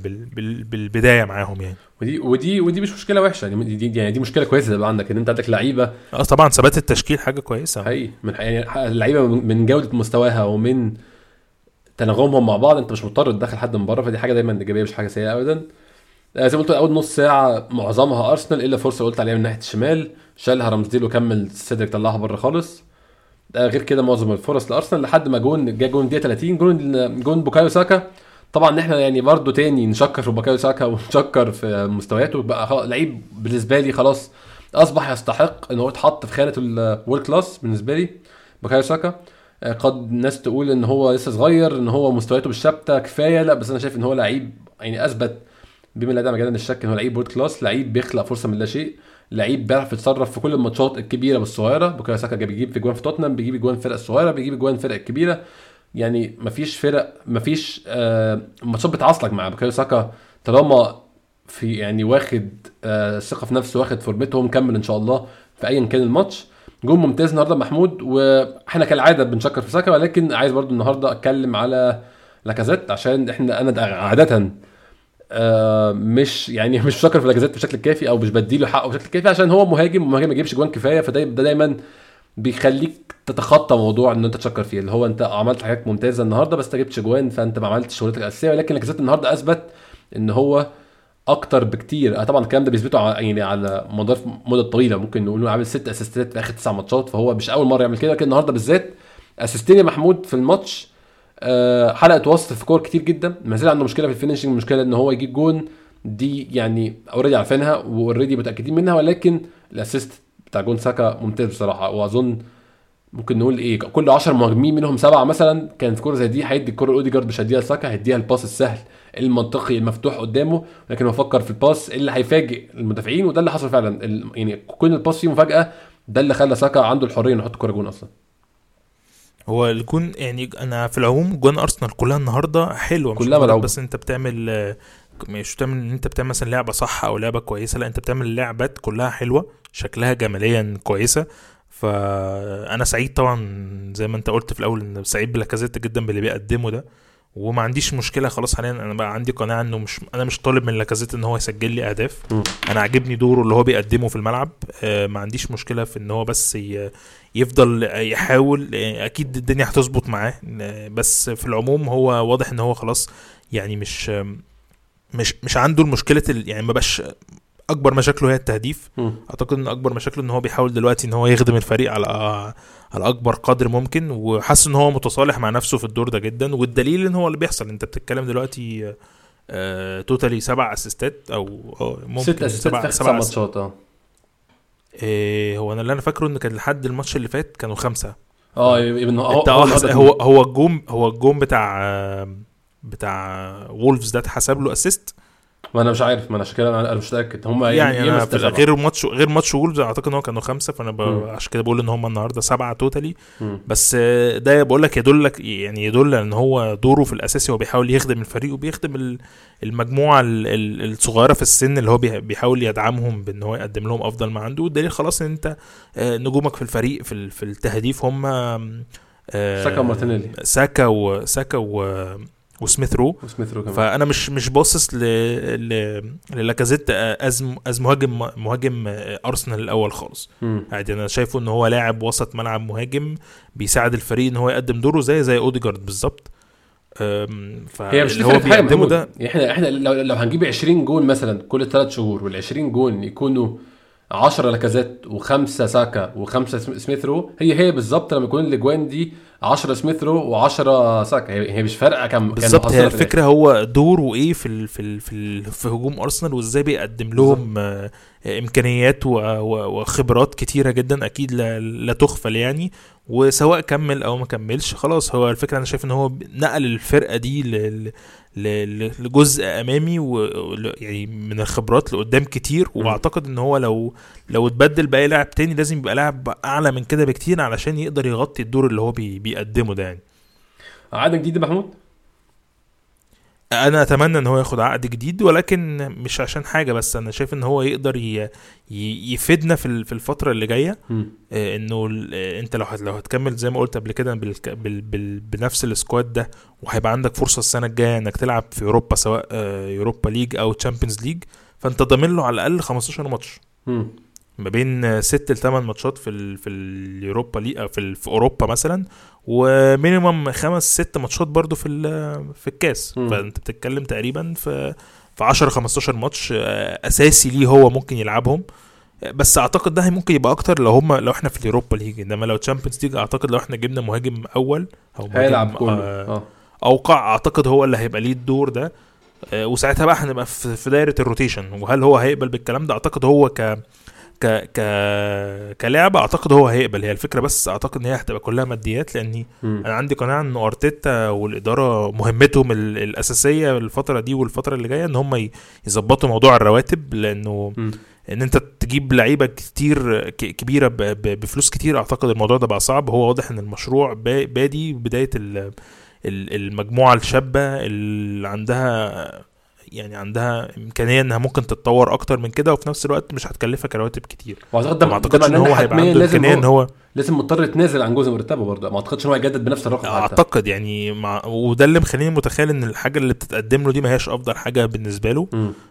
بالبدايه معاهم يعني. ودي مش مشكله وحشه يعني، دي مشكله كويسه يبقى عندك ان انت عندك لعيبه. طبعا ثبات التشكيل حاجه كويسه حقيقي، من يعني اللعيبه من جوده مستواها ومن تناغمهم مع بعض انت مش مضطر تدخل حد من بره، فدي حاجه دايما ايجابيه مش حاجه سيئه ابدا. زي ما قلت اول نص ساعه معظمها ارسنال، الا فرصه قلت عليها من ناحيه الشمال شالها رامزديل وكمل سيدريك طلعها بره خالص. غير كده معظم الفرص لارسنال لحد ما جون دي 30 جون بوكايو ساكا. طبعا احنا يعني برضو تاني نشكر في بوكايو ساكا ونشكر في مستوياته، بقى لعيب بالنسبه لي خلاص اصبح يستحق ان هو يتحط في خانه الورلد كلاس بالنسبه لي بوكايو ساكا. قد ناس تقول ان هو لسه صغير، ان هو مستوياته مش ثابته كفايه، لا بس انا شايف ان هو لعيب يعني اثبت بما لا داعي مجال الشك ان هو لعيب وورلد كلاس، لعيب بيخلق فرصه من لا شيء، لعيب بيعرف يتصرف في كل الماتشات الكبيره والصغيره. بوكايو ساكا بيجيب في جوان في توتنهام، بيجيب جوان الفرق الصغيره، بيجيب جوان الفرق الكبيره. يعني مفيش فرق مفيش ماتشات بتعصلك مع بوكايو ساكا طالما في يعني واخد ثقه في نفسه، واخد فورمته ومكمل ان شاء الله في ايا كان الماتش. جون ممتاز النهارده محمود، واحنا كالعاده بنشكر في ساكا، ولكن عايز برضو النهارده اتكلم على لاكازيت عشان انا عاده مش شاكر في لاكازيت بشكل كافي او مش بديله حقه بشكل كافي، عشان هو مهاجم ما يجيبش جوان كفايه، فده دايما بيخليك تتخطى موضوع ان انت تشكر فيه، اللي هو انت عملت حاجات ممتازه النهارده بس جبتش جوان، فانت ما عملتش شغلتك الاساسيه. ولكن لاكازيت النهارده اثبت ان هو اكتر بكتير. طبعا الكلام ده بيثبته يعني على مدى طويله، ممكن نقول عامل 6 اسيستات في اخر 9 ماتشات، فهو مش اول مره يعمل كده. لكن النهارده بالذات اسيستين محمود في الماتش، حلقه وسط في كور كتير جدا. ما زال عنده مشكله في الفينيشنج، مشكله ان هو يجيب جون، دي يعني اوريدي عارفينها واوريدي متاكدين منها، ولكن الاسيست بتاع جون ساكا ممتاز بصراحه. واظن ممكن نقول ايه كل 10 مهاجمين منهم 7 مثلا كان في كوره زي دي هيدي الكوره لاوديجارد، مش هيديها لساكا، هيديها الباس السهل المنطقي المفتوح قدامه، لكن هو فكر في الباس اللي هيفاجئ المدافعين، وده اللي حصل فعلا. يعني كل الباس فيه مفاجاه، ده اللي خلى ساكا عنده الحريه انه يحط كوره جون اصلا. هو الجون يعني انا في العموم جون ارسنال كلها النهارده حلوه، مش كلها مجرد ملعوبه. بس انت بتعمل مش بتعمل ان انت بتعمل مثلا لعبه صح او لعبه كويسه، لا انت بتعمل لعبات كلها حلوه شكلها جماليا كويسه. فانا سعيد طبعا زي ما انت قلت في الاول، ان سعيد بلاكازيت جدا باللي بيقدمه ده، وما عنديش مشكله خلاص. حاليا انا بقى عندي قناعه انه انا مش طالب من لاكازيت ان هو يسجل لي اهداف. انا عاجبني دوره اللي هو بيقدمه في الملعب. ما عنديش مشكله في ان هو بس يفضل يحاول. اكيد الدنيا هتظبط معاه، بس في العموم هو واضح ان هو خلاص يعني مش عنده المشكله يعني ما بقاش اكبر مشاكله هي التهديف. اعتقد ان اكبر مشاكله ان هو بيحاول دلوقتي ان هو يخدم الفريق على اكبر قدر ممكن، وحاسس ان هو متصالح مع نفسه في الدور ده جدا. والدليل ان هو اللي بيحصل، انت بتتكلم دلوقتي توتالي 7 اسيستات او ممكن 6 اسيستات في 9 ماتشات. هو انا اللي فاكره ان كان لحد الماتش اللي فات كانوا 5. ابن هو الجون بتاع وولفز ده اتحسب له اسيست. ما انا مش عارف، ما انا عشان كده انا مش متاكد هم يعني انا غير ماتش وولفز اعتقد ان هو كانوا 5، فانا عشان كده بقول ان هم النهارده 7 توتالي. بس ده بقول لك يدل ان هو دوره في الاساسي هو بيحاول يخدم الفريق وبيخدم المجموعه الصغيره في السن اللي هو بيحاول يدعمهم بان هو يقدم لهم افضل ما عنده. والدليل خلاص ان انت نجومك في الفريق في التهديف هم ساكا ومارتينيلي، ساكا وسميث رو كمان. فانا مش باصص للاكازيت از مهاجم ارسنال الاول خالص. عادي، انا شايفه ان هو لاعب وسط ملعب مهاجم بيساعد الفريق ان هو يقدم دوره زي اوديجارد بالظبط. هي مش هو بيقدمه ده. احنا لو هنجيب 20 جون مثلا كل 3 شهور، وال20 جون يكونوا 10 لاكازيت و5 ساكا و5 سميث رو، هي بالظبط لما يكون الاجوان دي 10 سميث رو و10 ساكا، هي مش فارقه كم بالظبط. هي الفكره هو دوره ايه في هجوم ارسنال، وازاي بيقدم لهم امكانيات وخبرات كتيره جدا اكيد لا تغفل يعني. وسواء كمل او ما كملش خلاص، هو الفكره انا شايف ان هو نقل الفرقه دي لجزء امامي، ويعني من الخبرات لقدام كتير. واعتقد ان هو لو اتبدل باي لاعب تاني لازم يبقى لاعب اعلى من كده بكتير علشان يقدر يغطي الدور اللي هو بيقدمه ده. يعني عقد جديد محمود، انا اتمنى ان هو ياخد عقد جديد، ولكن مش عشان حاجه، بس انا شايف ان هو يقدر يفيدنا في الفتره اللي جايه. انه انت لو هتكمل زي ما قلت قبل كده بنفس السكواد ده، وهيبقى عندك فرصه السنه الجايه انك تلعب في اوروبا، سواء يوروبا ليج او تشامبيونز ليج، فانت ضامن له على الاقل 15 ماتش ما بين 6 ل 8 ماتشات في اليوروبا ليج او في اوروبا مثلا، ومينيمم 5-6 ماتشات برضو في الكاس. فانت بتتكلم تقريبا في 10-15 ماتش اساسي ليه هو ممكن يلعبهم. بس اعتقد ده ممكن يبقى اكتر لو احنا في اليوروبا ليج، انما لو تشامبيونز ليج اعتقد لو احنا جبنا مهاجم اول او مهاجم اوقع، اعتقد هو اللي هيبقى ليه الدور ده. وساعتها بقى هنبقى في دايره الروتيشن، وهل هو هيقبل بالكلام ده؟ اعتقد هو كلاعب اعتقد هو هيقبل. هي الفكره بس اعتقد ان هي هتبقى كلها ماديات، لاني انا عندي قناعه ان ارتيتا والاداره مهمتهم الاساسيه الفتره دي والفتره اللي جايه ان هم يظبطوا موضوع الرواتب، لانه ان انت تجيب لعيبه كتير كبيره بفلوس كتير، اعتقد الموضوع ده بقى صعب. هو واضح ان المشروع بادي بدايه المجموعه الشابه اللي عندها امكانيه انها ممكن تتطور اكتر من كده، وفي نفس الوقت مش هتكلفك رواتب كتير. واعتقد ما اعتقدش ان هو هيبقى عنده امكانيه ان هو لازم مضطر يتنازل عن جزء مرتبه برضه. ما اعتقدش ان هو يجدد بنفس الرقم اعتقد يعني وده اللي مخليني متخيل ان الحاجه اللي بتتقدم له دي ما هياش افضل حاجه بالنسبه له.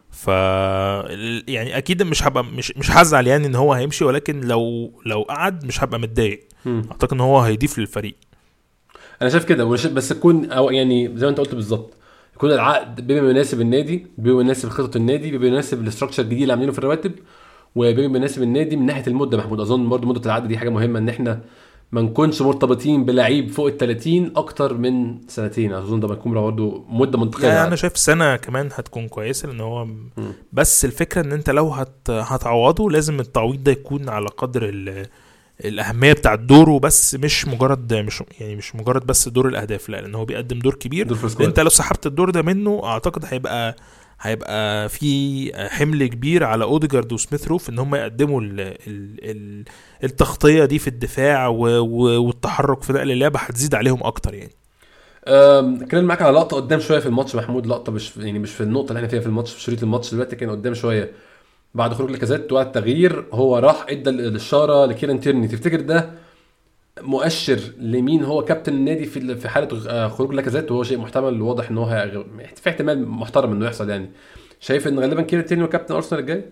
يعني اكيد مش هزعل يعني ان هو هيمشي، ولكن لو قعد مش هبقى متضايق. اعتقد ان هو هيضيف للفريق. انا شايف كده، بس تكون او يعني زي ما انت قلت بالظبط، يكون العقد بما يناسب النادي، بما يناسب خطه النادي، بما يناسب الاستراكشر الجديد اللي عاملينه في الرواتب، وبما يناسب النادي من ناحيه المده. محمود اظن برضو مده العقد دي حاجه مهمه، ان احنا ما نكونش مرتبطين بلعيب فوق ال30 اكتر من 2 سنين. اظن ده بيكون برضو مده منطقيه. يعني انا شايف سنه كمان هتكون كويسه، لان هو بس الفكره ان انت لو هتعوضه لازم التعويض ده يكون على قدر الاهميه بتاع دوره، بس مش مجرد مش مجرد بس دور الاهداف، لا، لان هو بيقدم دور كبير. دور في لان انت السكواد. لو سحبت الدور ده منه اعتقد هيبقى في حمل كبير على اوديجارد وسميث رو في ان هم يقدموا التغطيه دي في الدفاع والتحرك في نقل اللعبه هتزيد عليهم اكتر يعني. اتكلم معاك على لقطه قدام شويه في الماتش محمود، لقطه مش يعني مش في النقطه اللي احنا فيها في الماتش، في شريط الماتش دلوقتي، كان قدام شويه بعد خروج لاكازيت وقت التغيير، هو راح ادى الاشاره لكيران تيرني. تفتكر ده مؤشر لمين هو كابتن النادي في حاله خروج لاكازيت؟ وهو شيء محتمل، واضح ان هو في احتمال محترم انه يحصل يعني. شايف ان غالبا كيران تيرني هو كابتن ارسنال الجاي؟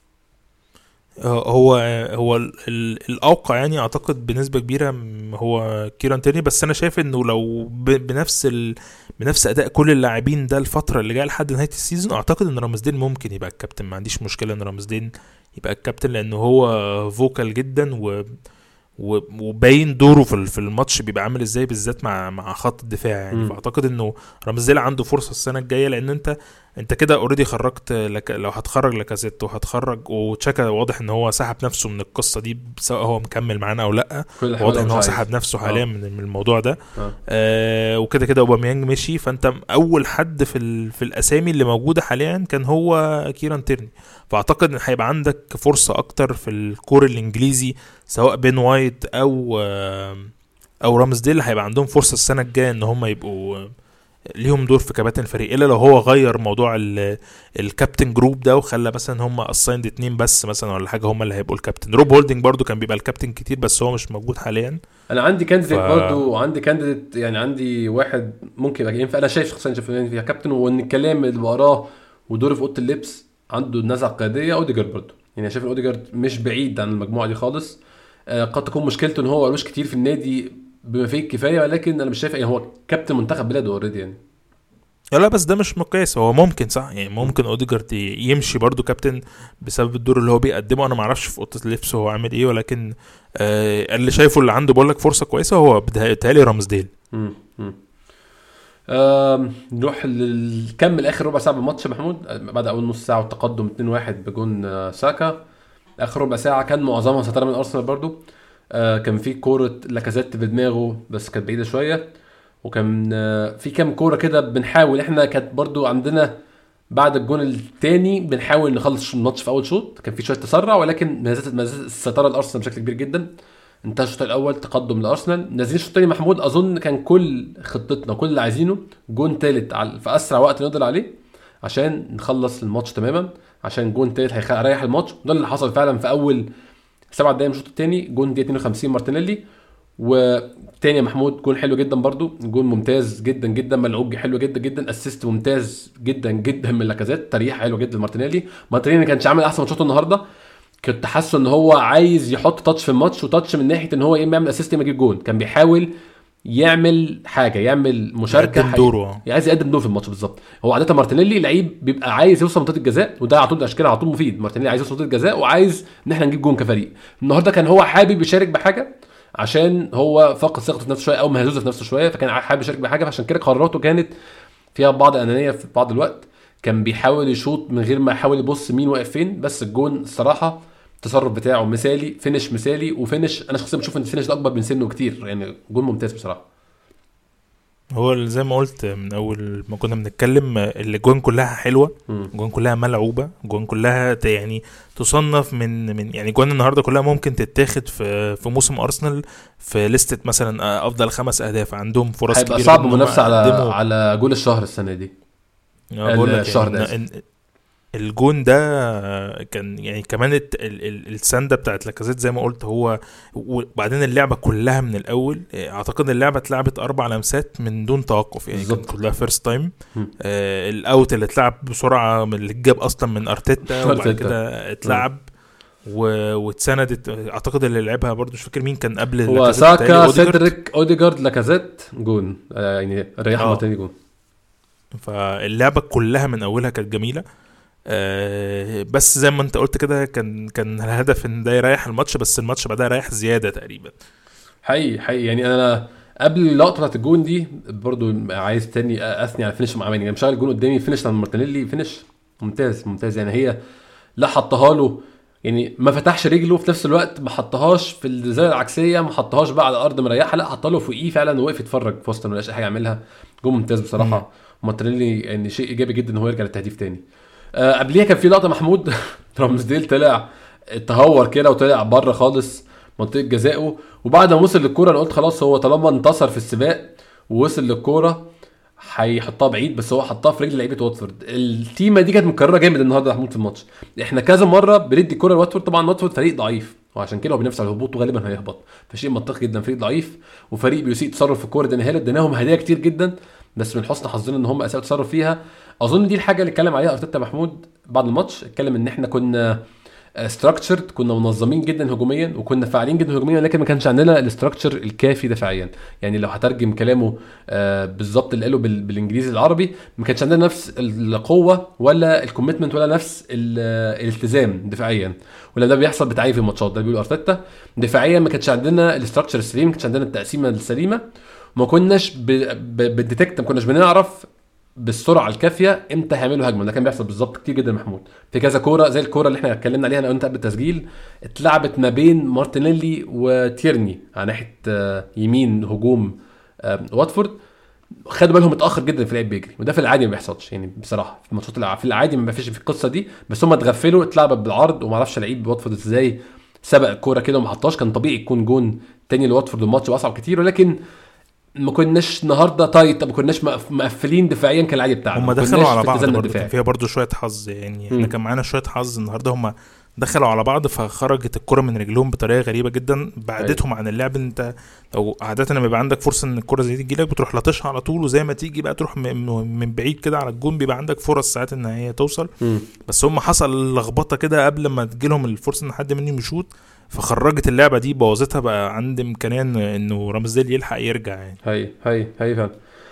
هو الاوقع يعني اعتقد بنسبه كبيره هو كيران تيرني، بس انا شايف انه لو بنفس اداء كل اللاعبين ده الفتره اللي جايه لحد نهايه السيزون، اعتقد ان رامزديل ممكن يبقى الكابتن. ما عنديش مشكله ان رامزديل يبقى الكابتن، لانه هو فوكال جدا وباين دوره في الماتش بيبقى عامل ازاي، بالذات مع خط الدفاع يعني. فاعتقد انه رامزديل عنده فرصه السنه الجايه، لان انت كده اوريدي خرجت لو هتخرج لاكازيت وهتخرج وتشاكا، واضح ان هو سحب نفسه من القصه دي سواء هو مكمل معانا او لا. واضح ان هو سحب نفسه حاليا من الموضوع ده. وكده كده اوباميانج مشي، فانت اول حد في الاسامي اللي موجوده حاليا كان هو كيران تيرني. فاعتقد ان هيبقى عندك فرصه اكتر في الكور الانجليزي، سواء بين وايت او رامزديل، هيبقى عندهم فرصه السنه الجايه ان هم يبقوا ليهم دور في كباتن الفريق، الا لو هو غير موضوع الكابتن جروب ده وخلى مثلا هم اسايند 2 بس مثلا ولا حاجه هم اللي هيبقوا الكابتن. روب هولدنج برضو كان بيبقى الكابتن كتير، بس هو مش موجود حاليا. انا عندي كانديديت برضو، وعندي كانديديت يعني، عندي واحد ممكن يبقى ينفع. انا شايف شخصيا فيها كابتن، وان الكلام اللي وراه ودوره في اوضه اللبس عنده نزعه قياديه. اوديجارد برضو يعني، شايف اوديجارد مش بعيد عن المجموعه دي خالص. قد تكون مشكلته ان هو ملوش كتير في النادي بما فيه الكفايه، ولكن انا مش شايف يعني هو كابتن منتخب بلاده اوريدي يعني. لا بس ده مش مقياس، هو ممكن صح يعني، ممكن اوديجارد يمشي برضو كابتن بسبب الدور اللي هو بيقدمه. انا معرفش في اوضه اللبس هو عامل ايه، ولكن اللي شايفه اللي عنده بقول لك فرصه كويسه هو بيتهيألي رامزديل. نروح نكمل اخر ربع ساعه بالماتش محمود. بعد اول نص ساعه والتقدم 2-1 بجون ساكا، اخر ربع ساعه كان معظمها ستاره من ارسنال برضو. كان في كوره لاكازيت بدماغه بس كانت بعيده شويه، وكان في كام كوره كده بنحاول احنا، كانت برضو عندنا بعد الجون الثاني بنحاول نخلص الماتش في اول شوط، كان في شويه تسرع، ولكن ما زالت السيطره الارسنال بشكل كبير جدا. انتهى الشوط الاول تقدم لارسنال. نازلين الشوط الثاني محمود، اظن كان كل خطتنا كل اللي عايزينه جون ثالث في اسرع وقت نقدر عليه عشان نخلص الماتش تماما، عشان جون ثالث هيريح الماتش. ده اللي حصل فعلا في اول 7 دقايق من الشوط الثاني. جون دي 52 مارتينيلي، وتاني يا محمود جون حلو جدا برضو، جون ممتاز جدا جدا، ملعوب حلو جدا جدا، اسيست ممتاز جدا جدا من لاكازيت، تريح حلو جدا مارتينيلي ما كانش عامل احسن ماتشاته النهارده. كنت حاسه ان هو عايز يحط تاتش في الماتش، وتاتش من ناحيه ان هو يعمل اسيست ما يجيب جون، كان بيحاول يعمل حاجه، يعمل مشاركه، عايز يقدم دور في الماتش بالظبط. هو عاده مارتينيلي لعيب بيبقى عايز يوصل منطقه الجزاء، وده على طول اشكالها على طول مفيد. مارتينيلي عايز يوصل منطقه الجزاء وعايز ان احنا نجيب جون كفريق. النهارده كان هو حابب يشارك بحاجه عشان هو فقد ثقته في نفسه شويه او مهزوز في نفسه شويه، فكان حابب يشارك بحاجه، فعشان كده قراراته كانت فيها بعض الانانيه في بعض الوقت. كان بيحاول يشوط من غير ما يحاول يبص مين واقف فين. بس الجون الصراحه التصرف بتاعه مثالي، فينش مثالي، وفينش انا شخصيا بشوف ان الفينش ده اكبر من سنه كتير يعني. جون ممتاز بصراحه. هو زي ما قلت من اول ما كنا بنتكلم، الجوان كلها حلوه، الجوان كلها ملعوبه، الجوان كلها يعني تصنف من يعني جوان النهارده كلها ممكن تتاخد في موسم ارسنال في لستة مثلا افضل 5 اهداف. عندهم فرص كبيره، هيبقى صعب منافسه على جول الشهر السنه دي. الشهر ده الجون ده كان يعني كمان السنده بتاعت لاكازيت زي ما قلت هو. وبعدين اللعبه كلها من الاول، اعتقد اللعبه اتلعبت 4 لمسات من دون توقف يعني، كانت كلها فيرست تايم. الاوت اللي اتلعب بسرعه من اللي جاب اصلا من ارتيتا، وبعد كده اتلعب واتسندت. اعتقد اللي لعبها برضو مش فاكر مين كان قبل، هو ساكا، سيدريك، اوديجارد، لاكازيت، جون يعني ريحوا تاني جون. فاللعبه كلها من اولها كانت جميله. بس زي ما انت قلت كده كان الهدف ان ده يريح الماتش، بس الماتش بعدها رايح زياده تقريبا. حقيقي يعني انا قبل اللقطه بتاعت الجون دي برضو عايز تاني اثني على الفينش مع ماني. يعني مشغل الجون قدامي، فينش عند مارتينيلي، فينش ممتاز يعني. هي لا حطها له يعني ما فتحش رجله في نفس الوقت، ما حطهاش في الزاويه العكسيه، ما حطهاش بقى على الارض مريحه، لا حط له فوقيه فعلا ووقف يتفرج في وسط ما لقاش اي حاجه يعملها. جول ممتاز بصراحه. مارتينيلي يعني شيء ايجابي جدا ان هو يرجع للتهديف تاني. قبليها كان في لقطه محمود رامزديل طلع تهور كده وطلع بره خالص منطقه جزائه، وبعد ما وصل للكوره انا قلت خلاص هو طالما انتصر في السباق ووصل للكوره هيحطها بعيد، بس هو حطها في رجل لعيبه واتفورد. التيمه دي كانت مكرره جامد النهارده محمود في الماتش. احنا كذا مره بندي كوره لواتفورد، طبعا واتفورد فريق ضعيف وعشان كده هو بينافس على الهبوط وغالبا هيهبط، فشيء منطقي جدا. فريق ضعيف وفريق بيسيء تصرف في الكوره دي، اديناهم هدايا كتير جدا بس من حسن حظنا ان هم اساءوا تصرف فيها. اظن دي الحاجه اللي اتكلم عليها ارتيتا محمود بعد الماتش، اتكلم ان احنا كنا ستراكتشرد، كنا منظمين جدا هجوميا وكنا فاعلين جدا هجوميا، لكن ما كانش عندنا الاستراكشر الكافي دفاعيا. يعني لو هترجم كلامه بالظبط اللي قاله بالانجليزي العربي، ما كانش عندنا نفس القوه ولا الكوميتمنت ولا نفس الالتزام دفاعيا، ولا ده بيحصل بتعافي في الماتشات. ده بيقول ارتيتا دفاعيا ما كانش عندنا الاستراكشر السليم، ما كانش عندنا التقسيمه السليمه، ما كناش بالديتكت، ما كناش بنعرف بالسرعه الكافيه امتى هيعملوا هجمه. ده كان بيحصل بالظبط كتير جدا محمود في كذا كوره، زي الكوره اللي احنا اتكلمنا عليها انا وانت قبل التسجيل، اتلعبت ما بين مارتينيلي وتيرني على ناحيه يمين هجوم واتفورد، خدوا بالهم متاخر جدا في اللعب بيجري، وده في العادي ما بيحصلش. يعني بصراحه في الماتشات في العادي ما فيش في القصه دي، بس هم اتغفلوا، اتلعبت بالعرض وما اعرفش لعيب واتفورد ازاي سبق الكوره كده وما حطاش. كان طبيعي يكون جون تاني لواتفورد، الماتش اصعب كتير، ولكن ما كناش النهارده تايت، ما كناش مقفلين دفاعيا كالعادي بتاعنا. هم دخلوا على بعض برضه، كان فيها برضه شويه حظ. يعني احنا كان معانا شويه حظ النهارده، هم دخلوا على بعض فخرجت الكره من رجلهم بطريقه غريبه جدا بعدتهم عن اللعب. انت لو عاده لما يبقى عندك فرصه ان الكره زي دي تجيلك بتروح لطشها على طول، وزي ما تيجي بقى تروح من بعيد كده على الجون، بيبقى عندك فرص ساعات ان هي توصل. بس هم حصل لخبطه كده قبل ما تجيلهم الفرصه ان حد منهم يشوط، فخرجت اللعبه دي بوظتها. بقى عند امكانيه انه رامزديل يلحق يرجع. يعني هي فعلا.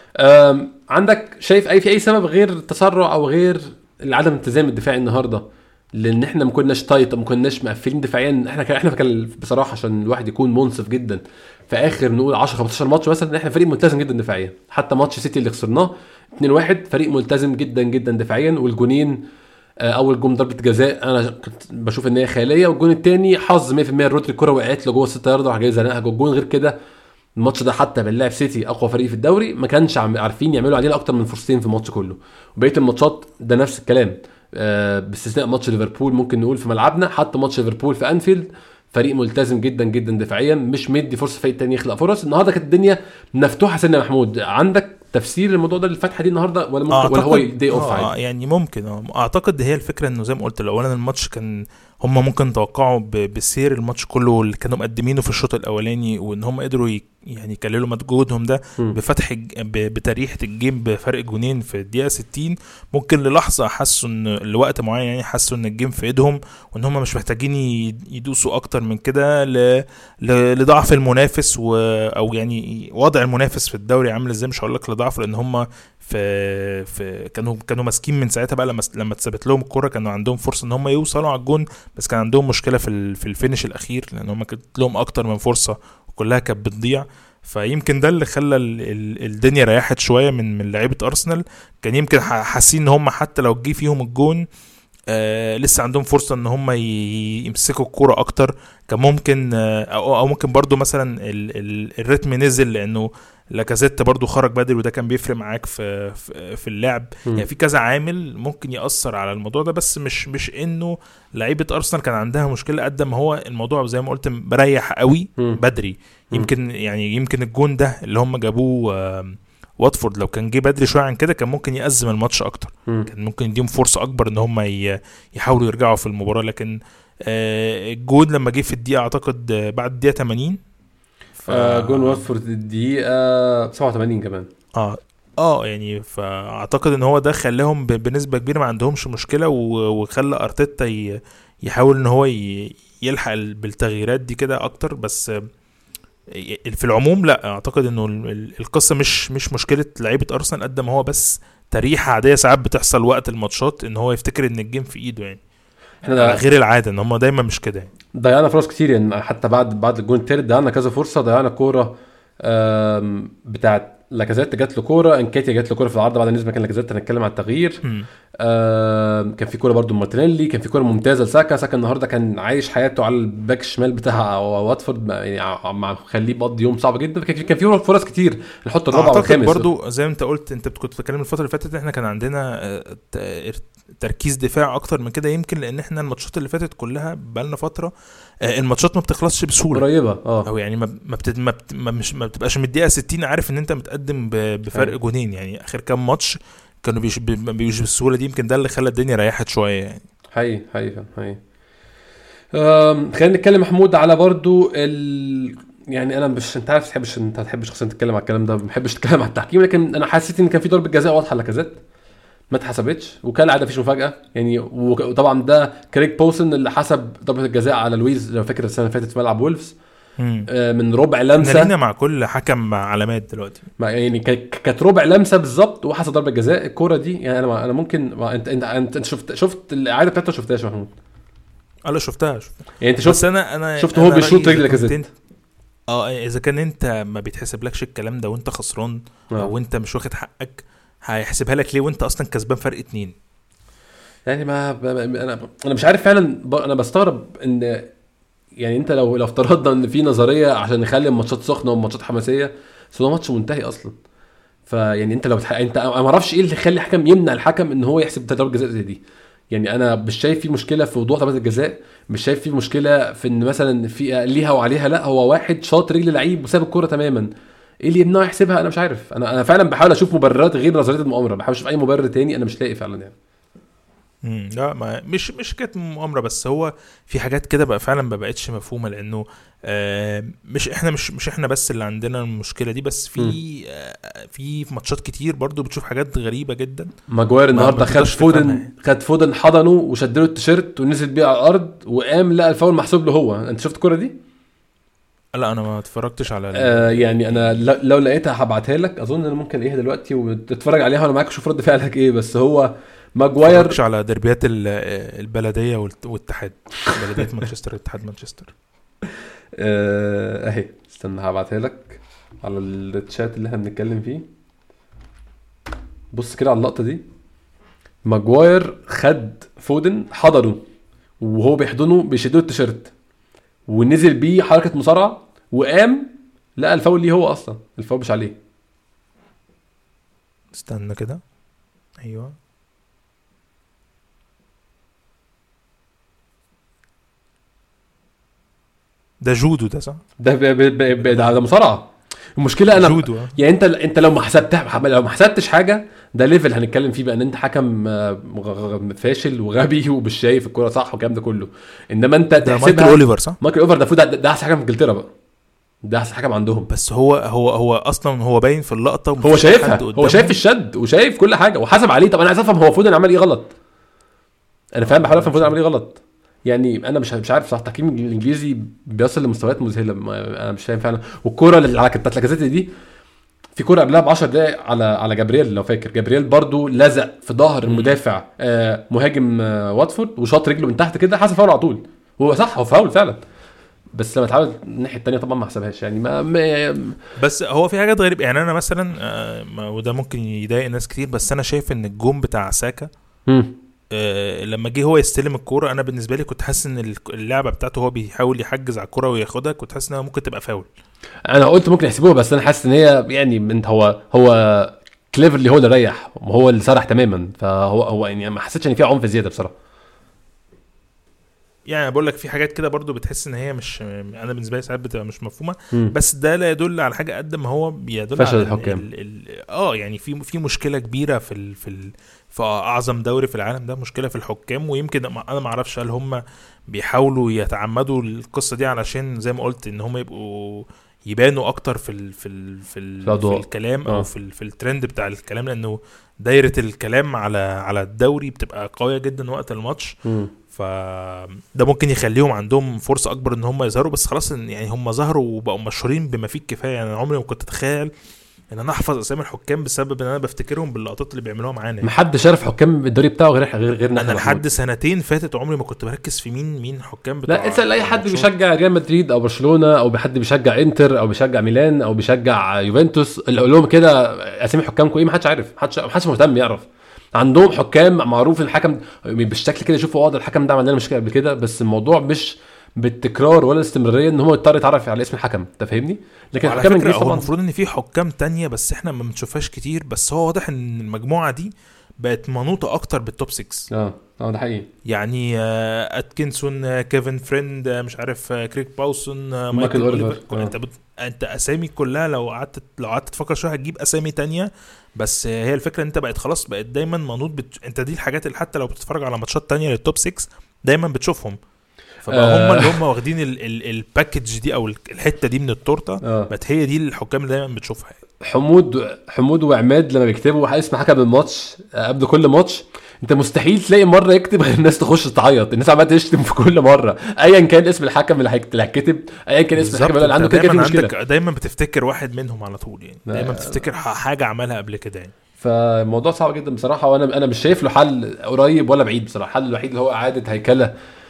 عندك شايف في اي سبب غير التسرع او غير عدم الالتزام الدفاعي النهارده؟ لان احنا ما كناش تايت، ما كناش مقفلين دفاعيا. احنا كان بصراحه عشان الواحد يكون منصف جدا في اخر نقول 10 15 ماتش مثلا، احنا فريق ملتزم جدا دفاعيا. حتى ماتش سيتي اللي خسرناه 2-1 فريق ملتزم جدا جدا دفاعيا، والجونين اول جون ضربه جزاء انا كنت بشوف ان هي خياليه، والجون الثاني حظ 100%، الروتري الكره وقعت له جوه 6 يارده وراح جاي زنقها جوه الجون. غير كده الماتش ده حتى باللاعب سيتي اقوى فريق في الدوري ما كانش عارفين يعملوا علينا اكتر من فرصتين في الماتش كله. وبقيه الماتشات ده نفس الكلام، باستثناء ماتش ليفربول ممكن نقول في ملعبنا. حتى ماتش ليفربول في انفيلد فريق ملتزم جدا جدا دفاعيا، مش مدي فرصه فريق تاني يخلق فرص. النهارده كانت الدنيا مفتوحه. سنه محمود عندك تفسير الموضوع ده الفتحه دي النهارده ولا ممكن ولا هو دي اوف عادي؟ يعني ممكن اعتقد هي الفكره انه زي ما قلت اولا الماتش كان هم ممكن توقعوا بسير الماتش كله اللي كانوا مقدمينه في الشوط الاولاني، وان هم قدروا يعني يكللوا مجهودهم ده بفتح بتريحه الجيم بفرق جونين في الدقيقه 60. ممكن للحظه حسوا ان لوقت معين يعني حسوا ان الجيم في ايدهم، وان هم مش محتاجين يدوسوا اكتر من كده لضعف المنافس او يعني وضع المنافس في الدوري عامل ازاي. مش هقول لك لضعف، لان هم في كانوا ماسكين من ساعتها بقى. لما اتثبت لهم الكرة كانوا عندهم فرصه ان هم يوصلوا على الجون، بس كان عندهم مشكله في الفينش الاخير، لان هم كانت لهم اكتر من فرصه وكلها كانت بتضيع. فيمكن ده اللي خلى الدنيا ريحت شويه من لعيبه ارسنال. كان يمكن حاسين ان هم حتى لو جه فيهم الجون لسه عندهم فرصه ان هم يمسكوا الكرة اكتر. كان ممكن او ممكن برضو مثلا الريتم نزل، لانه لاكازيت برضو خرج بدري، وده كان بيفرق معاك في اللعب. يعني في كذا عامل ممكن يأثر على الموضوع ده، بس مش انه لعيبه ارسنال كان عندها مشكله قد ما هو الموضوع زي ما قلت مريح قوي بدري. يمكن الجون ده اللي هم جابوه واتفورد لو كان جه بدري شويه عن كده كان ممكن يأزم الماتش اكتر، كان ممكن يديهم فرصه اكبر ان هم يحاولوا يرجعوا في المباراه. لكن الجون لما جه في الدقيقه اعتقد بعد الدقيقه 80 جون واتفورد الدقيقه 87 كمان. يعني فاعتقد ان هو ده خلاهم بنسبه كبيره ما عندهمش مشكله، وخلى ارتيتا يحاول ان هو يلحق بالتغييرات دي كده اكتر. بس في العموم لا اعتقد انه القصه مش مشكله لعيبه ارسنال قد ما هو بس تريحه عاديه ساعات بتحصل وقت الماتشات، ان هو يفتكر ان الجيم في ايده. يعني احنا غير العاده ان هم دايما مش كده. ضيعنا فرص كتير يعني، حتى بعد الجون الثالث ضيعنا كذا فرصه. ضيعنا كوره بتاعت لاكازيت جات له كوره، انكاتيا جات له كوره في العارضه بعد النسبه كان لاكازيت. هنتكلم على التغيير. كان في كوره برضو مارتينيلي، كان في كوره ممتازه لساكا. ساكا النهارده كان عايش حياته على الباك الشمال بتاع واتفورد يعني مخليه بيقضي يوم صعب جدا. كان في فرص كتير نحط الرابع والخامس برضو زي ما انت قلت. انت كنت بتتكلم الفتره اللي فاتت احنا كان عندنا تركيز دفاع اكتر من كده، يمكن لان احنا الماتشات اللي فاتت كلها بقالنا فتره الماتشات ما بتخلصش بسهوله قريبه او يعني ما بتبقاش من الدقيقه 60 عارف ان انت متقدم بفرق جونين. يعني اخر كام ماتش كانوا بيجوا بالسهوله دي، يمكن ده اللي خلى الدنيا ريحت شويه يعني. حقيقي. خلينا نتكلم محمود على برضو يعني انا مش، انت عارف انت تحبش شخصيا تتكلم على الكلام ده، ما بحبش تتكلم على التحكيم، لكن انا حسيت ان كان في ضربه جزاء واضحه لكازات ما اتحسبتش، وكان العاده فيش مفاجاه يعني. وطبعا ده كريك بوسن اللي حسب ضربه الجزاء على لويز لو فاكر السنه اللي فاتت في ملعب وولفز من ربع لمسه. احنا مع كل حكم علامات دلوقتي يعني كانت ربع لمسه بالظبط وحسب ضربه جزاء الكوره دي. يعني انا ممكن انت شفت الاعاده بتاعتها؟ شفتهاش يا محمود؟ انا شفتها يعني انت شفت؟ انا شفت هو بيشوط رجل كازيت. اذا كان انت ما بيتحسبلكش الكلام ده وانت خسران او انت مش واخد حقك، هيحسبها لك ليه وانت اصلا كسبان فرق 2؟ يعني انا مش عارف فعلا. انا بستغرب ان يعني انت لو افترضنا ان في نظريه عشان نخلي الماتشات سخنه والماتشات حماسيه، بس هو ماتش منتهي اصلا. فيعني انت لو انت ما اعرفش ايه اللي يخلي الحكم يمنع الحكم ان هو يحسب ضربه جزاء زي دي. يعني انا مش شايف في مشكله في وضوح ضربه الجزاء، مش شايف في مشكله في ان مثلا في ليها وعليها، لا هو واحد شاط رجل لعيب وساب الكوره تماما، ايه اللي يمنعه يحسبها؟ انا مش عارف. انا فعلا بحاول اشوف مبررات غير نظريه المؤامره، بحاول اشوف اي مبرر تاني، انا مش لاقي فعلا يعني. لا ما مش كانت مؤامره، بس هو في حاجات كده بقى فعلا ما بقتش مفهومه، لانه مش احنا بس اللي عندنا المشكله دي، بس في ماتشات كتير برضو بتشوف حاجات غريبه جدا. ماجواير النهارده خد فودن حضنه وشدله التيشيرت ونزل بيه على الارض وقام لقى الفاول محسوب له هو. انت شفت الكره دي؟ لا انا ما اتفرجتش على يعني انا لو لقيتها هبعتها لك، اظن انا ممكن ايه دلوقتي وتتفرج عليها وانا معاك شوف رد فعلك ايه. بس هو ماجواير على دربيات البلديه والاتحاد، بلديه مانشستر اتحاد مانشستر. اهي استنى هبعتها لك على الشات اللي احنا بنتكلم فيه. بص كده على اللقطه دي، ماجواير خد فودن حضنه وهو بيحضنه بيشدله التيشيرت ونزل بيه حركه مصارعه وقام لقى الفاول ليه هو اصلا، الفاول مش عليه. استنى كده، ايوه ده جودو ده صح؟ ده مصارعه. المشكله انا جودو. يعني انت لو ما حسبتش حاجه، ده ليفل هنتكلم فيه بقى ان انت حكم فاشل وغبي ومش شايف الكوره صح والكلام ده كله. انما انت تحسبها مايكل اوليفر صح؟ مايكل اوليفر ده احسن حكم في انجلترا بقى، ده احسن حكم عندهم. بس هو اصلا هو باين في اللقطه، هو شايفها، هو شايف الشد وشايف كل حاجه وحسب عليه. طب انا عايز افهم هو فودن عمل ايه غلط. انا فاهم، بحاول افهم فودن عمل ايه غلط. يعني انا مش عارف صح. التحكيم الانجليزي بيصل لمستويات مذهله، انا مش فاهم فعلا. والكوره اللي على بتاعت لاكازيت دي، في كوره قبلها ب10 دقايق على جابرييل لو فاكر، جابرييل برضو لزق في ظهر المدافع مهاجم واتفورد وشاط رجله من تحت كده، حسب فاول على طول. هو صح، هو فاول فعلا، بس لما اتعامل الناحيه الثانيه طبعا ما حسبهاش يعني. بس هو في حاجات غريبه يعني. انا مثلا وده ممكن يضايق ناس كتير، بس انا شايف ان الجون بتاع ساكا لما جه هو يستلم الكوره، انا بالنسبه لي كنت حاسس ان اللعبه بتاعته هو بيحاول يحجز على الكوره وياخدها، كنت حاسس انها ممكن تبقى فاول. انا قلت ممكن يحسبوها، بس انا حاسس ان هي يعني انت هو كليفرلي هو اللي ريح، هو اللي سرح تماما. فهو يعني ما حسيتش ان فيها عنف زياده بصراحه. يعني بقول لك في حاجات كده برضو بتحس ان هي مش، انا بالنسبه لي ساعات بتبقى مش مفهومه. بس ده لا يدل على حاجه قد ما هو بيدل على الحكام. يعني في مشكله كبيره في اعظم دوري في العالم، ده مشكله في الحكام. ويمكن انا ما اعرفش هل هم بيحاولوا يتعمدوا القصه دي علشان زي ما قلت ان هم يبقوا يبانوا اكتر في الكلام او في الترند بتاع الكلام، لانه دايره الكلام على الدوري بتبقى قويه جدا وقت الماتش. فده ممكن يخليهم عندهم فرصه اكبر ان هم يظهروا. بس خلاص يعني هم ظهروا وبقوا مشهورين بما فيه الكفايه. يعني عمري ما كنت اتخيل ان انا احفظ اسامي الحكام بسبب ان انا بفتكرهم باللقطات اللي بيعملوها معانا. محدش عارف حكام الدوري بتاعه غيرنا. انا لحد سنتين فاتت عمري ما كنت بركز في مين حكام بتاع. لا اسال اي حد بيشجع ريال مدريد او برشلونه او حد بيشجع انتر او بيشجع ميلان او بيشجع يوفنتوس، اللي اقول لهم كده اسامي حكامكم ايه، محدش عارف، محدش مهتم يعرف. عندهم حكام معروف، الحكم بالشكل كده يشوفوا ده الحكم ده عمل لنا مشكله قبل كده، بس الموضوع مش بالتكرار ولا الاستمراريه ان هو يضطر يتعرف على اسم الحكم، انت فاهمني. لكن الحكام الانجليزي طبعا المفروض ان في حكام تانية بس احنا ما بنشوفهاش كتير، بس هو واضح ان المجموعه دي بقت منوطه اكتر بالتوب 6. ده حقيقي. يعني اتكنسون، كيفن فريند، مش عارف كريك باوسون، مايكل اوليفر. انت اسامي كلها لو قعدت تفكر شويه هتجيب اسامي تانية، بس هي الفكره انت بقت خلاص بقت دايما منوط انت دي الحاجات اللي حتى لو بتتفرج على ماتشات تانية للتوب 6 دايما بتشوفهم، فبقى هم اللي هم واخدين الباكج دي او الحته دي من التورته. بقت هي دي الحكام اللي دايما بتشوفها. حمود وعماد لما بيكتبوا اسم حكم الماتش قبل كل ماتش، انت مستحيل تلاقي مره يكتب غير الناس تخش تعيط، الناس عماله تشتم في كل مره ايا كان اسم الحكم اللي هيكتب، ايا كان اسم الحكم اللي عنده كده مشكله، دايما بتفتكر واحد منهم على طول يعني. دايما بتفتكر حاجه عملها قبل كده يعني. فالموضوع صعب جدا بصراحه، وانا مش شايف له حل قريب ولا بعيد بصراحه. الحل الوحيد اللي هو اعاده هيكله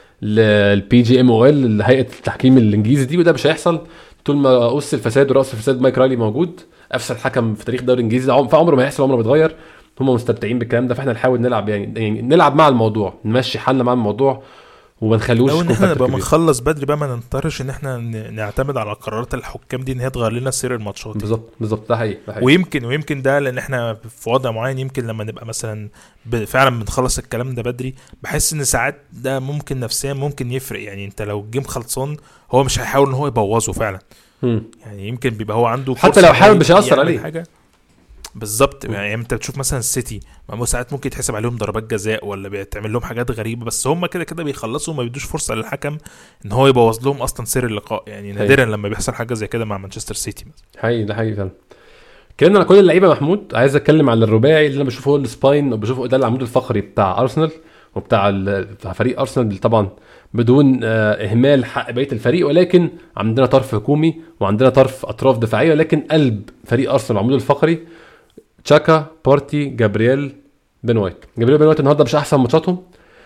للبي جي ام او ال، هيئه التحكيم الانجليزي دي، وده مش هيحصل طول ما اس الفساد وراس الفساد مايك رايلي موجود، افسد حكم في تاريخ الدوري الانجليزي، فعمره ما هيحصل، عمره ما يتغير. هم مستمتعين بالكلام ده، فاحنا نحاول نلعب يعني نلعب مع الموضوع، نمشي حالنا مع الموضوع وما نخلوش لو ان احنا نبقى نخلص بدري بقى، ما نضطرش ان احنا نعتمد على قرارات الحكام دي ان هي تغير لنا سير الماتشات. بالظبط ده حقيقي. ويمكن ده لان احنا في وضع معين، يمكن لما نبقى مثلا فعلا بنخلص الكلام ده بدري، بحس ان ساعات ده ممكن نفسيا ممكن يفرق. يعني انت لو الجيم خلصان هو مش هيحاول ان هو يبوظه فعلا. يعني يمكن بيبقى هو عنده حتى لو حاول مش هيأثر عليه حاجه. بالظبط. يعني انت بتشوف مثلا السيتي ساعات ممكن يتحسب عليهم ضربات جزاء ولا بيتعمل لهم حاجات غريبه، بس هم كده بيخلصوا وما بيدوش فرصه للحكم ان هو يبوظ لهم اصلا سير اللقاء. يعني نادرا لما بيحصل حاجه زي كده مع مانشستر سيتي مثلا. حقيقي ده حقيقي فعلا. كلامنا على كل اللعيبه محمود، عايز اتكلم على الرباعي اللي انا بشوفه هو السباين، وبشوفه ده العمود الفقري بتاع ارسنال وبتاع فريق ارسنال، طبعا بدون اهمال حق بقيه الفريق، ولكن عندنا طرف هجومي وعندنا طرف اطراف دفاعيه، ولكن قلب فريق ارسنال العمود الفقري تشاكا، بارتي، جابرييل، بن وايت. النهارده مش احسن ماتشاتهم.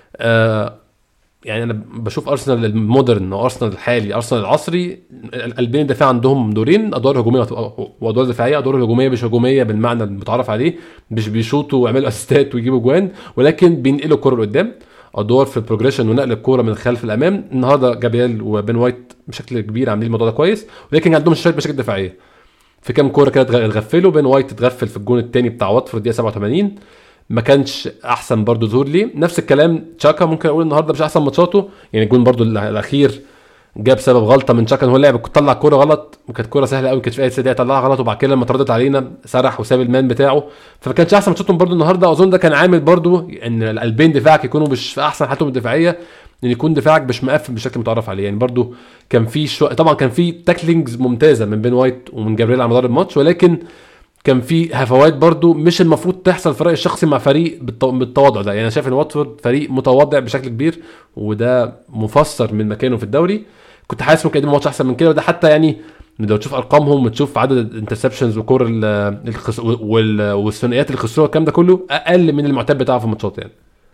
يعني انا بشوف ارسنال المودرن وارسنال الحالي، ارسنال العصري، القلبين الدفاع عندهم دورين، ادوار هجوميه وادوار دفاعيه. ادوار الهجوميه مش هجوميه بالمعنى المتعارف عليه، مش بيشوطوا ويعملوا اسيستات ويجيبوا جوان، ولكن بينقلوا الكره لقدام، ادوار في البروجريشن ونقل الكره من الخلف للامام. النهارده جابرييل وبن وايت بشكل كبير عاملين الموضوع ده كويس، ولكن عندهم شويه مشاكل دفاعيه. في كام كوره كده اتغفلوا، بن وايت اتغفل في الجون الثاني بتاع واتفورد دقيقه 87، ما كانش احسن برضو ظهور ليه. نفس الكلام تشاكا، ممكن اقول النهارده مش احسن ماتشاته. يعني الجون برضو الاخير جاب سبب غلطه من تشاكا، هو لعب طلع كوره غلط وكانت كوره سهله قوي، كانت في اي سديه طلعها غلط، وبعد كده لما تردت علينا سرح وساب المان بتاعه، فما كانش احسن ماتشاتهم برضو النهارده. اظن ده كان عامل برضو ان القلبين دفاعك يكونوا مش في احسن حالتهم الدفاعيه، ان يكون دفاعك مش مقفل بشكل متعارف عليه. يعني برضو كان في طبعا كان في تاكلينجز ممتازه من بن وايت ومن جابرييل على مدار الماتش، ولكن كان في هفوات برضو مش المفروض تحصل في رأي الشخصي مع فريق بالتواضع ده. يعني انا شايف ان واتفورد فريق متواضع بشكل كبير، وده مفسر من مكانه في الدوري. كنت حاسس ممكن يقدموا ماتش احسن من كده، وده حتى يعني لو تشوف ارقامهم وتشوف عدد الانترسبشنز وكور والثنائيات اللي خسروها، الكلام ده كله اقل من المعتاد بتاعه في الماتشات يعني.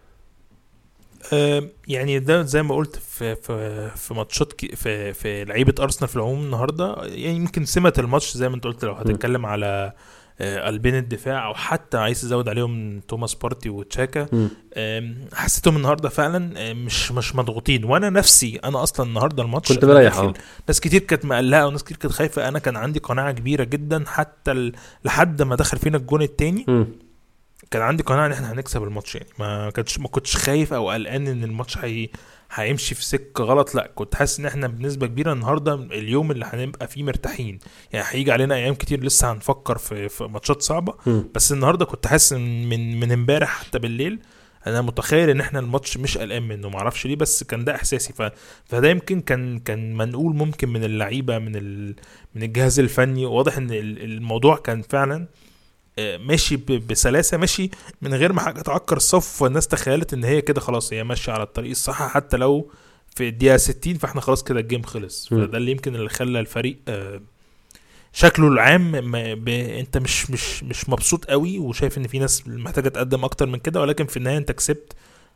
يعني ده زي ما قلت في ماتشات في لعيبه ارسنال في العموم النهارده. يعني يمكن سمه الماتش زي ما انت قلت، لو هتتكلم على قلبين الدفاع او حتى عايز تزود عليهم توماس بارتي وتشاكا، حسيتهم النهارده فعلا مش مضغوطين. وانا نفسي انا اصلا النهارده الماتش كنت مريح. ناس كتير كانت مقلقه وناس كتير كانت خايفه، انا كان عندي قناعه كبيره جدا حتى لحد ما دخل فينا الجون الثاني. كان عندي قناعه ان احنا هنكسب الماتش. يعني ما كنتش خايف او قلقان ان الماتش هيمشي في سكه غلط. لا، كنت حاسس ان احنا بنسبه كبيره النهارده اليوم اللي هنبقى فيه مرتاحين. يعني هيجي علينا ايام كتير لسه هنفكر في ماتشات صعبه، بس النهارده كنت حاسس من امبارح حتى بالليل انا متخيل ان احنا الماتش مش قلقان منه. ما اعرفش ليه، بس كان ده احساسي. فده يمكن كان منقول ممكن من اللعيبه من الجهاز الفني. واضح ان الموضوع كان فعلا ماشي بسلاسه، ماشي من غير ما حاجه تعكر الصف، والناس تخيلت ان هي كده خلاص هي ماشيه على الطريق الصح، حتى لو في الدقيقه 60 فاحنا خلاص كده الجيم خلص. فده اللي يمكن اللي خلى الفريق شكله العام انت مش مبسوط قوي، وشايف ان في ناس محتاجه تقدم اكتر من كده، ولكن في النهايه انت كسبت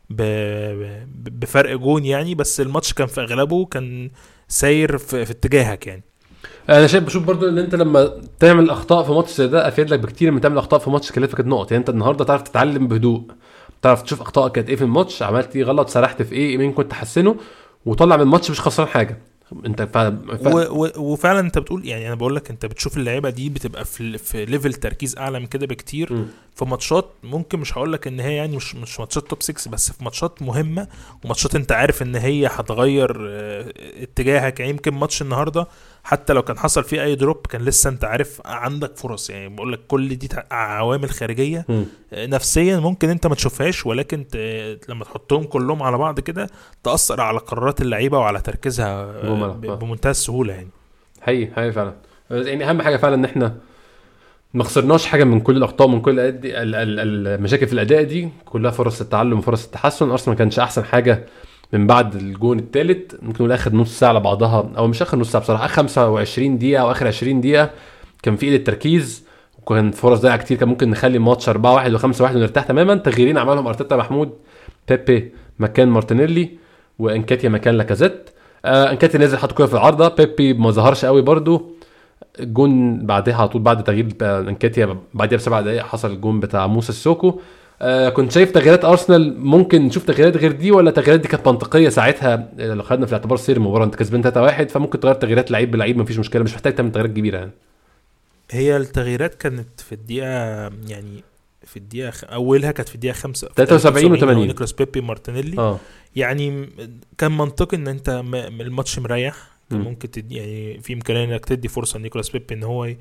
بفرق جون يعني. بس الماتش كان في اغلبه كان ساير في اتجاهك يعني. انا شايف بشوف برضو ان انت لما تعمل اخطاء في ماتش زي ده افيد لك بكتير من تعمل اخطاء في ماتش كلفك النقط. يعني انت النهارده تعرف تتعلم بهدوء، تعرف تشوف اخطائك كانت ايه في الماتش، عملت ايه غلط، سرحت في ايه، مين كنت تحسنه، وطلع من الماتش مش خسران حاجه. انت وفعلا انت بتقول يعني، انا بقول لك انت بتشوف اللعيبه دي بتبقى في ليفل تركيز اعلى من كده بكتير. في ماتشات ممكن مش هقول لك ان هي يعني مش ماتشات توب 6، بس في ماتشات مهمه وماتشات انت عارف ان هي هتغير اتجاهك. يعني يمكن ماتش النهارده حتى لو كان حصل فيه اي دروب كان لسه انت عارف عندك فرص. يعني بقول لك كل دي عوامل خارجيه نفسيا ممكن انت ما تشوفهاش، ولكن لما تحطهم كلهم على بعض كده تاثر على قرارات اللعيبه وعلى تركيزها بمنتهى السهوله يعني. حقيقي فعلا. يعني اهم حاجه فعلا ان احنا ما خسرناش حاجه من كل الاخطاء، من كل المشاكل في الاداء دي كلها فرص التعلم وفرص التحسن. ارسنال ما كانش احسن حاجه من بعد الجون الثالث، ممكن نقول اخر نص ساعه على بعضها، او مش اخر نص ساعه بصراحه، 25 دقيقه او اخر 20 دقيقه كان في قله تركيز وكان فرص ضايعه كتير. كان ممكن نخلي الماتش 4-1 و5-1 ونرتاح تماما. تغييرين عملهم ارتيتا محمود، بيبي مكان مارتينيلي وانكاتيا مكان لاكازيت. انكاتيا نزل حط كوره في العارضه، بيبي ما ظهرش قوي برده. الجون بعدها على طول بعد تغيير انكاتيا بعدها ب7 دقائق حصل الجون بتاع موسى السوكو. كنت شايف تغييرات ارسنال ممكن نشوف تغييرات غير دي، ولا تغييرات دي كانت منطقيه ساعتها لو خدنا في الاعتبار سير المباراه انت كسبان 3-1، فممكن تغير تغييرات لعيب بلعيب مفيش مشكله، مش محتاج تعمل تغييرات كبيره يعني. هي التغييرات كانت في الدقيقه يعني في الدقيقه اولها كانت في الدقيقه 73 و80 نيكولاس بيبي مارتينيلي. يعني كان منطقي ان انت الماتش مريح، كان ممكن تدي يعني في امكانيه انك تدي فرصه لنيكولاس بيبي ان هو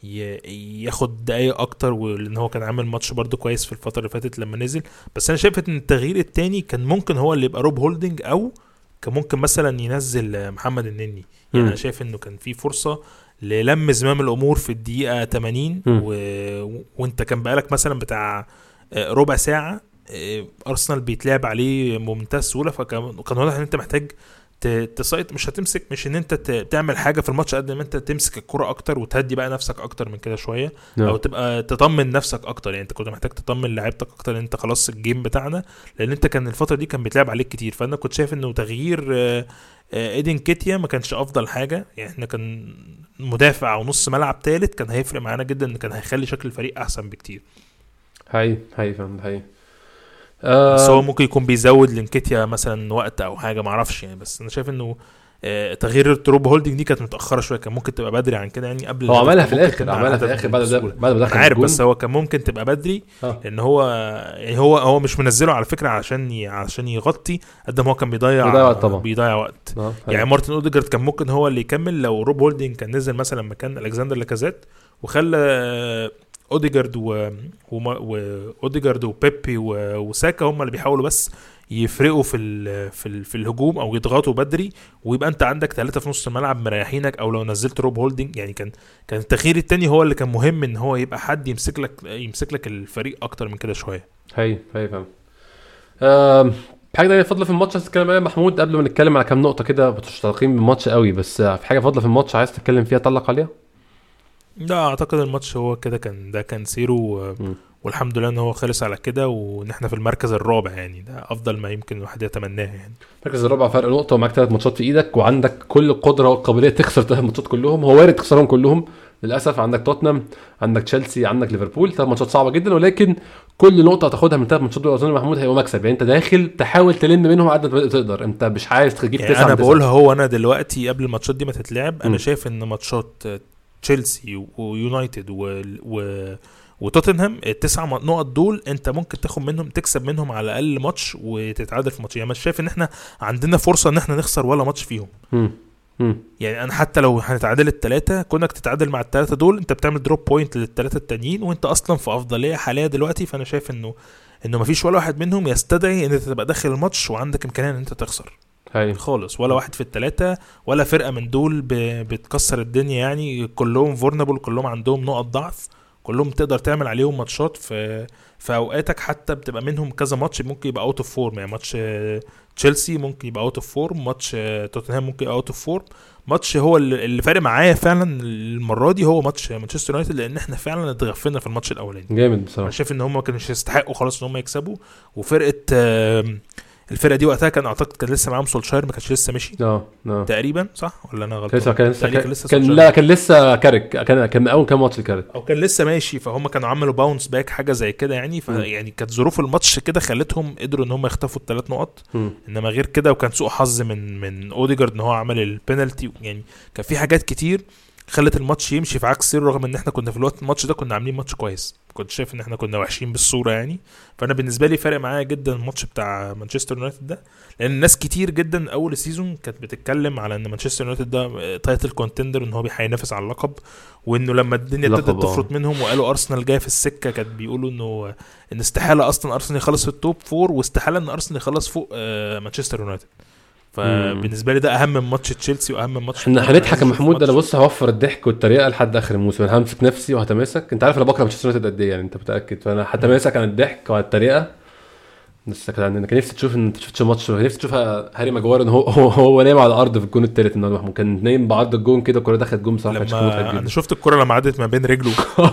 ياخد دقايق اكتر، ولان هو كان عامل ماتش برضو كويس في الفتره اللي فاتت لما نزل. بس انا شايف ان التغيير التاني كان ممكن هو اللي يبقى روب هولدنج، او كان ممكن مثلا ينزل محمد النني. يعني انا شايف انه كان في فرصه للم زمام الامور في الدقيقه 80 وانت كان بقالك مثلا بتاع ربع ساعه ارسنال بيتلعب عليه بمنتهى السهوله، فكان واضح ان انت محتاج تسيط، مش هتمسك، مش ان انت تعمل حاجه في الماتش قد ما انت تمسك الكرة اكتر وتهدي بقى نفسك اكتر من كده شويه، او تبقى تطمن نفسك اكتر. يعني انت كنت محتاج تطمن لعيبتك اكتر ان انت خلاص الجيم بتاعنا، لان انت كان الفتره دي كان بيتلعب عليك كتير. فانا كنت شايف انه تغيير ايدن كيتيا ما كانش افضل حاجه. يعني احنا كان مدافع او نص ملعب ثالث كان هيفرق معانا جدا، ان كان هيخلي شكل الفريق احسن بكتير. هاي فهمت. بس هو ممكن يكون بيزود لنكيتيا مثلا وقت او حاجه معرفش يعني. بس انا شايف انه تغيير التروب هولدنج دي كانت متاخره شويه، كان ممكن تبقى بدري عن كده يعني. قبل هو عملها في الاخر بعد ما دخل عارف، بس هو كان ممكن تبقى بدري لان هو يعني هو مش منزله على فكره عشان يغطي قد ما هو كان بيضيع وقت. يعني مارتن اوديجارد كان ممكن هو اللي يكمل لو روب هولدنج كان نزل مثلا مكان الكسندر لاكازيت، وخلى اوديجارد واوديجارد وبيبي وساكا هم اللي بيحاولوا بس يفرقوا في الهجوم او يضغطوا بدري، ويبقى انت عندك 3 في نص الملعب مريحينك. او لو نزلت روب هولدنج يعني كان التغيير التاني هو اللي كان مهم، ان هو يبقى حد يمسك لك الفريق اكتر من كده شويه. هي فاهم. حاجه تانية فضل في الماتش عايز تتكلم عليها محمود قبل ما نتكلم على كام نقطه كده متشتقين بالماتش قوي، بس في حاجه فضل في الماتش عايز تتكلم فيها طلق عليها؟ لا اعتقد الماتش هو كده كان سيرو والحمد لله ان هو خلص على كده، وان احنا في المركز الرابع. يعني ده افضل ما يمكن الواحد يتمناه. يعني المركز الرابع فرق نقطه، ومعاك 3 ماتشات في ايدك، وعندك كل القدره والقابليه تخسر 3 ماتشات كلهم. هو وارد تخسرهم كلهم للاسف، عندك توتنهام، عندك تشيلسي، عندك ليفربول، 3 ماتشات صعبه جدا، ولكن كل نقطه هتاخدها من 3 ماتشات دول اظن محمود هيبقى مكسب. يعني انت داخل تحاول تلم منهم قد ما تقدر، انت مش عايز تجيب 9. يعني انا بقولها هو انا دلوقتي قبل الماتشات دي ما تتلعب انا شايف ان ماتشات تشيلسي ويونايتد وتوتنهام ال9 نقط دول انت ممكن تاخد منهم، تكسب منهم على الاقل ماتش وتتعادل في ماتش. يعني مش شايف ان احنا عندنا فرصه ان احنا نخسر ولا ماتش فيهم. يعني انا حتى لو هنتعادل ال3 كونك تتعادل مع ال3 دول انت بتعمل دروب بوينت لل3 التانيين، وانت اصلا في افضليه حاليه دلوقتي. فانا شايف انه مفيش ولا واحد منهم يستدعي ان انت تبقى داخل الماتش وعندك امكانيه ان انت تخسر خالص، ولا واحد في ال3 ولا فرقه من دول بتكسر الدنيا. يعني كلهم فورنبل، كلهم عندهم نقط ضعف، كلهم تقدر تعمل عليهم ماتشات في اوقاتك، حتى بتبقى منهم كذا ماتش ممكن يبقى اوت اوف فورم. يعني ماتش تشيلسي ممكن يبقى اوت اوف فورم، ماتش توتنهام ممكن يبقى اوت اوف فورم. ماتش هو اللي فارق معايا فعلا المره دي هو ماتش مانشستر يونايتد، لان احنا فعلا اتغفلنا في الماتش الاولاني جامد بصراحه. انا شايف ان هم ما كانوش يستحقوا خلاص ان هم يكسبوا. وفرقه الفرقه دي وقتها كان اعتقد كان لسه معاهم سولشاير، ما كانش لسه مشي تقريبا، صح ولا انا غلطان؟ كان لسه كارك، كان اول كام ماتش كارك او كان لسه ماشي، فهم كانوا عملوا باونس باك حاجه زي كده يعني. يعني كانت ظروف الماتش كده خلتهم قدروا ان هم يخطفوا ال3 نقط. انما غير كده وكان سوء حظ من اوديجارد ان هو عمل البينالتي. يعني كان في حاجات كتير خلت الماتش يمشي في عكس سير، رغم ان احنا كنا في الوقت الماتش ده كنا عاملين ماتش كويس. كنت شايف ان احنا كنا وحشين بالصوره يعني. فانا بالنسبه لي فارق معايا جدا الماتش بتاع مانشستر يونايتد ده، لان الناس كتير جدا اول السيزون كانت بتتكلم على ان مانشستر يونايتد ده تايتل كونتندر، ان هو هينافس على اللقب، وانه لما الدنيا ابتدت تفرط منهم وقالوا ارسنال جاي في السكه، كانت بيقولوا انه ان استحاله اصلا ارسنال يخلص في التوب 4، واستحاله ان ارسنال يخلص فوق مانشستر يونايتد. فبالنسبه لي ده اهم من ماتش تشيلسي واهم من ماتش. احنا هنضحك يا محمود، انا بص هوفر الضحك والطريقه لحد اخر الموسم. انا همسك نفسي وهتماسك. انت عارف انا بكره مانشستر يونايتد قد ايه يعني، انت متاكد؟ فانا هتماسك عن الضحك وعن الطريقه. بس كان نفسي تشوف ان انت شفتش ماتش، نفسي تشوف هاري ماجواير ان هو نايم على الارض في الجون الثالث النهارده. محمود كان نايم بعرض الجون كده، الكره دخلت جون صح. انا شفت الكره لما عدت ما بين رجله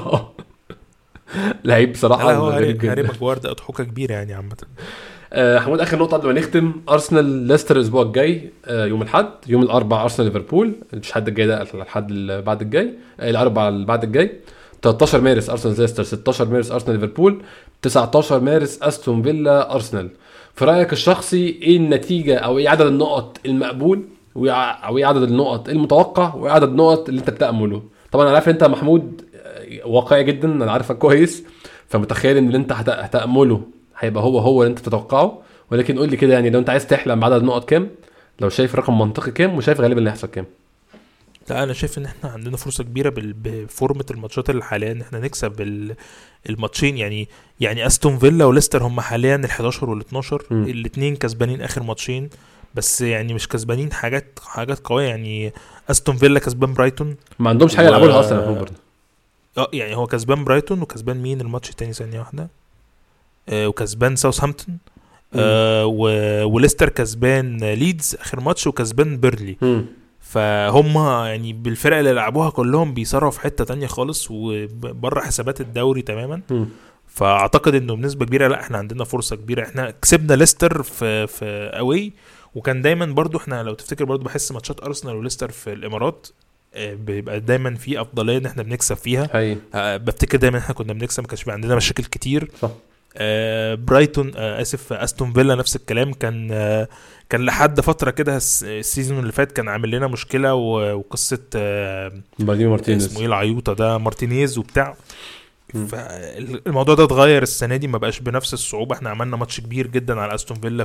لعيب بصراحه. هاري ماجواير ده اضحوكه كبيره يعني عامه. حمود اخر نقطه قبل ما نختم، ارسنال ليستر الاسبوع الجاي يوم الاحد، يوم الاربعاء ارسنال ليفربول، مش حد الجاي ده، الحد اللي بعد الجاي، الاربعاء اللي بعد الجاي 13 مارس ارسنال ليستر، 16 مارس ارسنال ليفربول، 19 مارس استون فيلا ارسنال. في رايك الشخصي ايه النتيجه او ايه عدد النقط المقبول او ايه عدد النقط المتوقع وايه عدد النقط اللي انت بتأمله؟ طبعا انا عارف انت محمود واقعي جدا، انا عارفك كويس، فمتخيل ان اللي انت هتأمله هيبقى هو اللي انت تتوقعه. ولكن قول لي كده يعني، لو انت عايز تحلم بعدد النقط كام، لو شايف رقم منطقي كام، وشايف غالبا اللي هيحصل كام؟ لا انا شايف ان احنا عندنا فرصه كبيره بفورمه الماتشات اللي حاليا ان احنا نكسب الماتشين. يعني استون فيلا وليستر هم حاليا ال11 وال12، الاثنين كسبانين اخر ماتشين، بس يعني مش كسبانين حاجات قويه. يعني استون فيلا كسبان برايتون، ما عندهمش حاجه يلعبوا لها اصلا. يعني هو كسبان برايتون، وكسبان مين الماتش الثاني ثانيه واحده، وكسبان ساوثهامبتون، وليستر كسبان ليدز اخر ماتش، وكسبان بيرلي. فهم يعني بالفرق اللي لعبوها كلهم بيصرفوا في حته تانية خالص وبره حسابات الدوري تماما. فاعتقد انه بنسبه كبيره لا احنا عندنا فرصه كبيره. احنا كسبنا ليستر في اوي، وكان دايما برضو احنا لو تفتكر برضو بحس ماتشات ارسنال وليستر في الامارات بيبقى دايما في افضليه ان احنا بنكسب فيها. بفتكر دايما احنا كنا بنكسب، ما كانش عندنا مشاكل كتير. صح. برايتون استون فيلا نفس الكلام. كان لحد فتره كده السيزون اللي فات كان عامل لنا مشكله، وقصه مارتينيز اسمه ايه العيوطه ده، مارتينيز وبتاع. فالموضوع ده اتغير السنه دي، ما بقاش بنفس الصعوبه. احنا عملنا ماتش كبير جدا على استون فيلا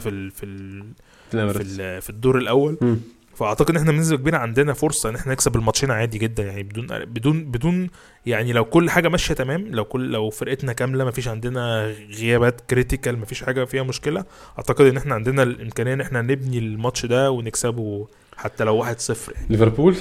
في الدور الاول. فاعتقد ان احنا بنسبه كبيره عندنا فرصه ان احنا نكسب الماتشين عادي جدا، يعني بدون يعني لو كل حاجه ماشيه تمام، لو فرقتنا كامله، ما فيش عندنا غيابات كريتيكال، ما فيش حاجه فيها مشكله، اعتقد ان احنا عندنا الامكانيه ان احنا نبني الماتش ده ونكسبه حتى لو 1-0 يعني. ليفربول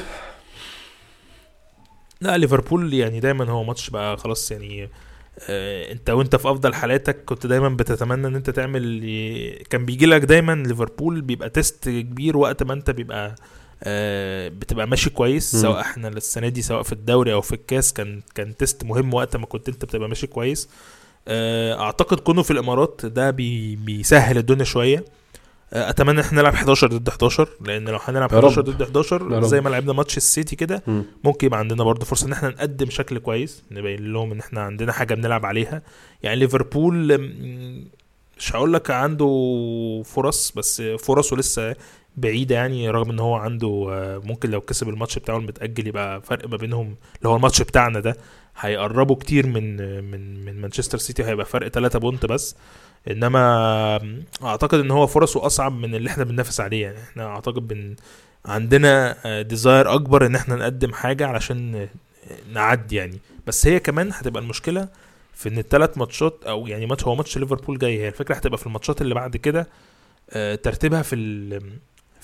لا ليفربول يعني دايما هو ماتش بقى خلاص يعني. انت في افضل حالاتك كنت دايما بتتمنى ان انت تعمل، كان بيجي لك دايما ليفربول بيبقى تيست كبير وقت ما انت بتبقى ماشي كويس. سواء احنا السنه دي سواء في الدوري او في الكاس كان تيست مهم وقت ما كنت انت بتبقى ماشي كويس. اعتقد كونه في الامارات ده بيسهل الدنيا شويه. اتمنى احنا نلعب 11 ضد 11، لان لو هنلعب 11 ضد 11 زي ما لعبنا ماتش السيتي كده ممكن يبقى عندنا برضه فرصه ان احنا نقدم شكل كويس، نبين لهم ان احنا عندنا حاجه بنلعب عليها. يعني ليفربول مش هقول لك عنده فرص، بس فرصه لسه بعيده يعني، رغم ان هو عنده ممكن لو كسب الماتش بتاعه المتاجل يبقى فرق ما بينهم اللي هو الماتش بتاعنا ده هيقربوا كتير من مانشستر سيتي، هيبقى فرق 3 بونت بس. انما اعتقد ان هو فرصه اصعب من اللي احنا بننافس عليه. يعني احنا اعتقد عندنا ديزاير اكبر ان احنا نقدم حاجه علشان نعدي يعني. بس هي كمان هتبقى المشكله في ان ال3 ماتشات او يعني ماتش ليفربول جاي، هي الفكره هتبقى في الماتشات اللي بعد كده ترتيبها في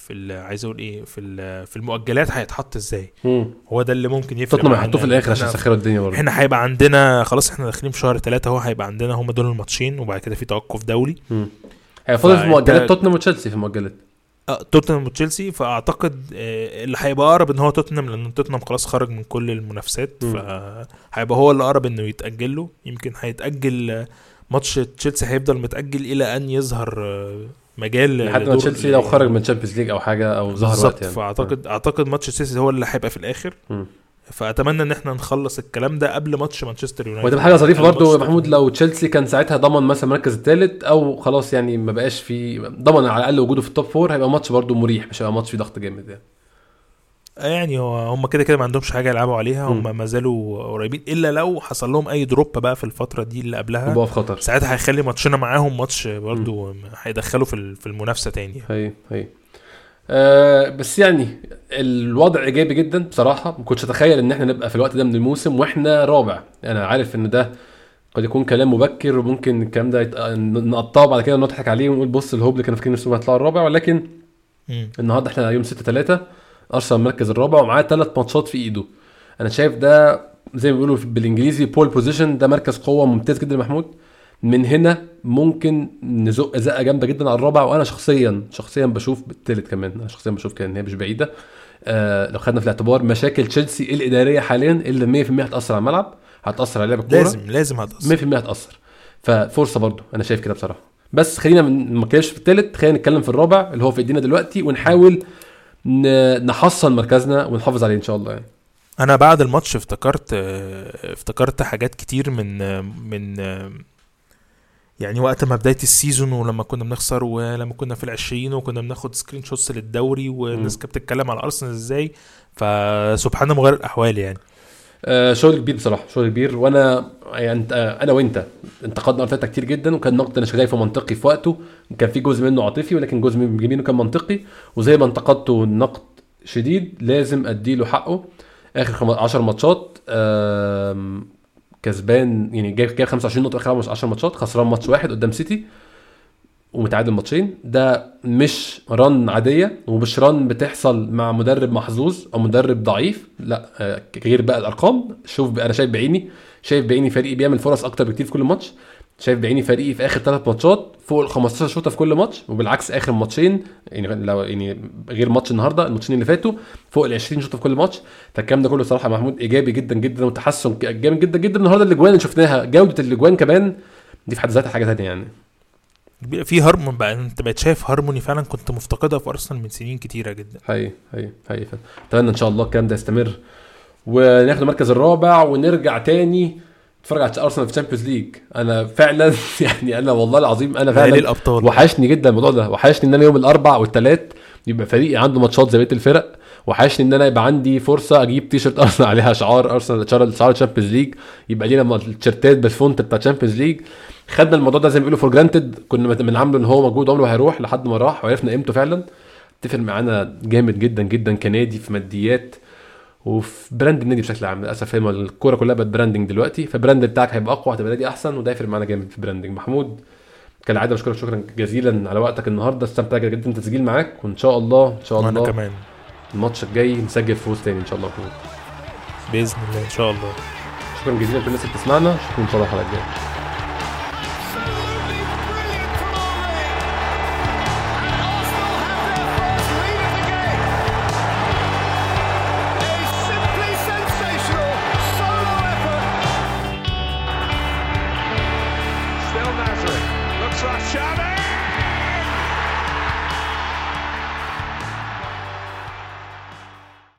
عايز اقول ايه في المؤجلات هيتحط ازاي. مم. هو ده اللي ممكن يفرق توتنهام معانا. هيحطوه في الاخر عشان يسخروا الدنيا برضه. احنا هيبقى عندنا خلاص، احنا داخلين في شهر 3 اهو، هيبقى عندنا هم دول الماتشين وبعد كده في توقف دولي. هيفضل في المؤجلات توتنهام وتشيلسي في المؤجلات. توتنهام وتشيلسي، فاعتقد اللي هيبقى اقرب ان هو توتنهام، لان توتنهام خلاص خرج من كل المنافسات، فهيبقى هو اللي اقرب انه يتاجل له. يمكن هيتاجل ماتش تشيلسي، هيفضل متاجل الى ان يظهر مجال لحد ما تشيلسي لو خرج من تشامبيونز ليج او حاجه او ظهر وقت يعني. فاعتقد ماتش تشيلسي هو اللي هيبقى في الاخر. فاتمنى ان احنا نخلص الكلام ده قبل ماتش مانشستر يونايتد. وده حاجه ظريفه برضو محمود، لو تشيلسي كان ساعتها ضمن مثلا المركز الثالث او خلاص يعني ما بقاش في ضمن على الاقل وجوده في التوب 4، هيبقى ماتش برضو مريح، مش هيبقى ماتش فيه ضغط جامد يعني. يعني هم كده ما عندهمش حاجه يلعبوا عليها، هم ما زالوا قريبين، الا لو حصل لهم اي دروب بقى في الفتره دي اللي قبلها يبقوا في خطر، ساعتها هيخلي ماتشنا معاهم ماتش برضو هيدخلوا في المنافسه تاني. هي بس يعني الوضع ايجابي جدا بصراحه. ما كنتش اتخيل ان احنا نبقى في الوقت ده من الموسم واحنا رابع. انا عارف ان ده قد يكون كلام مبكر، وممكن الكلام ده نقطعه بعد كده نضحك عليه ونقول بص الهوب اللي كانوا فاكرين نفسهم هيطلعوا الرابع، ولكن النهارده احنا يوم 6/3 ارسنال مركز الرابع ومعاه 3 ماتشات في ايده. انا شايف ده زي ما بيقولوا بالانجليزي بول بوزيشن، ده مركز قوه ممتاز جدا محمود. من هنا ممكن نزق زقه جامده جدا على الرابع، وانا شخصيا شخصيا بالثالث كمان. انا شخصيا بشوف كده ان هي مش بعيده. لو خدنا في الاعتبار مشاكل تشيلسي الاداريه حاليا اللي 100% هتاثر على الملعب، هتاثر على لعب الكوره، لازم هتاثر 100% هتاثر. ففرصه برضو انا شايف كده بصراحه. بس خلينا ما نتكلمش في الثالث، خلينا نتكلم في الرابع اللي هو في ايدينا دلوقتي، ونحاول نحصن مركزنا ونحافظ عليه ان شاء الله يعني. انا بعد الماتش افتكرت حاجات كتير من يعني وقت ما بداية السيزون، ولما كنا بنخسر، ولما كنا في 20 وكنا بناخد سكرين شوتس للدوري، والناس كانت بتتكلم على أرسنال ازاي. فسبحان مغير الأحوال يعني. شغل كبير بصراحة، شغل كبير. وانا يعني انا وانت انتقدنا ارتيتا كتير جدا، وكان نقد انا شايفه منطقي في وقته. كان في جزء منه عاطفي ولكن جزء منه كان منطقي. وزي ما انتقدته نقد شديد لازم اديله حقه. اخر 10 ماتشات كسبان يعني، جايب 25 نقطه اخر 10 ماتشات، خسران ماتش واحد قدام سيتي ومتعادل ماتشين. ده مش رن عاديه، ومش رن بتحصل مع مدرب محظوظ او مدرب ضعيف، لا غير بقى الارقام. شوف انا شايف بعيني فريقي بيعمل فرص اكتر بكتير في كل ماتش. شايف بعيني فريقي في اخر 3 ماتشات فوق ال 15 شوطه في كل ماتش، وبالعكس اخر ماتشين يعني لو يعني غير ماتش النهارده، الماتشين اللي فاتوا فوق ال 20 شوطه في كل ماتش. فالكلام ده كله صراحه محمود ايجابي جدا جدا، وتحسن جامد جدا جدا. النهارده الاجوان اللي شفناها، جوده الاجوان كمان دي في حد ذاتها حاجه ثانيه يعني. في هارمون بقى، انت بقيت شايف هارموني فعلا كنت مفتقدها في ارسنال من سنين كتيره جدا. هي اتمنى ان شاء الله الكلام ده يستمر وناخد المركز الرابع ونرجع تاني اتفرج على ارسنال في تشامبيونز ليج. انا فعلا يعني انا والله العظيم انا فعلا وحشني جدا الموضوع ده. وحشني ان انا يوم الاربع والثلاث يبقى فريقي عنده ماتشات زي بقيه الفرق. وحشني ان انا يبقى عندي فرصه اجيب تيشرت ارسنال عليها شعار ارسنال، شعار تشامبيونز ليج، يبقى لينا التيشرتات بالفونت بتاع تشامبيونز ليج. خدنا الموضوع ده زي ما بيقولوا فور جرانتد، كنا بنعامله ان هو موجود عمره هيروح، لحد ما راح وعرفنا قيمته فعلا. تفرق معانا جامد جدا جدا كنادي في ماديات وفي براند النادي بشكل عام. للاسف هي الكوره كلها بقت براندنج دلوقتي، فالبراند بتاعك هيبقى اقوى، هتبقى نادي احسن، وده يفرق معانا جامد في براندنج. محمود كالعاده بشكرك شكرا جزيلا على وقتك النهارده، استمتعت جدا التسجيل معاك، وان شاء الله انا كمان الماتش الجاي نسجل فوز تاني ان شاء الله محمود باذن الله ان شاء الله. شكرا جزيلا لكل الناس اللي بتسمعنا، شكرا ان شاء الله الحلقه الجايه. Shot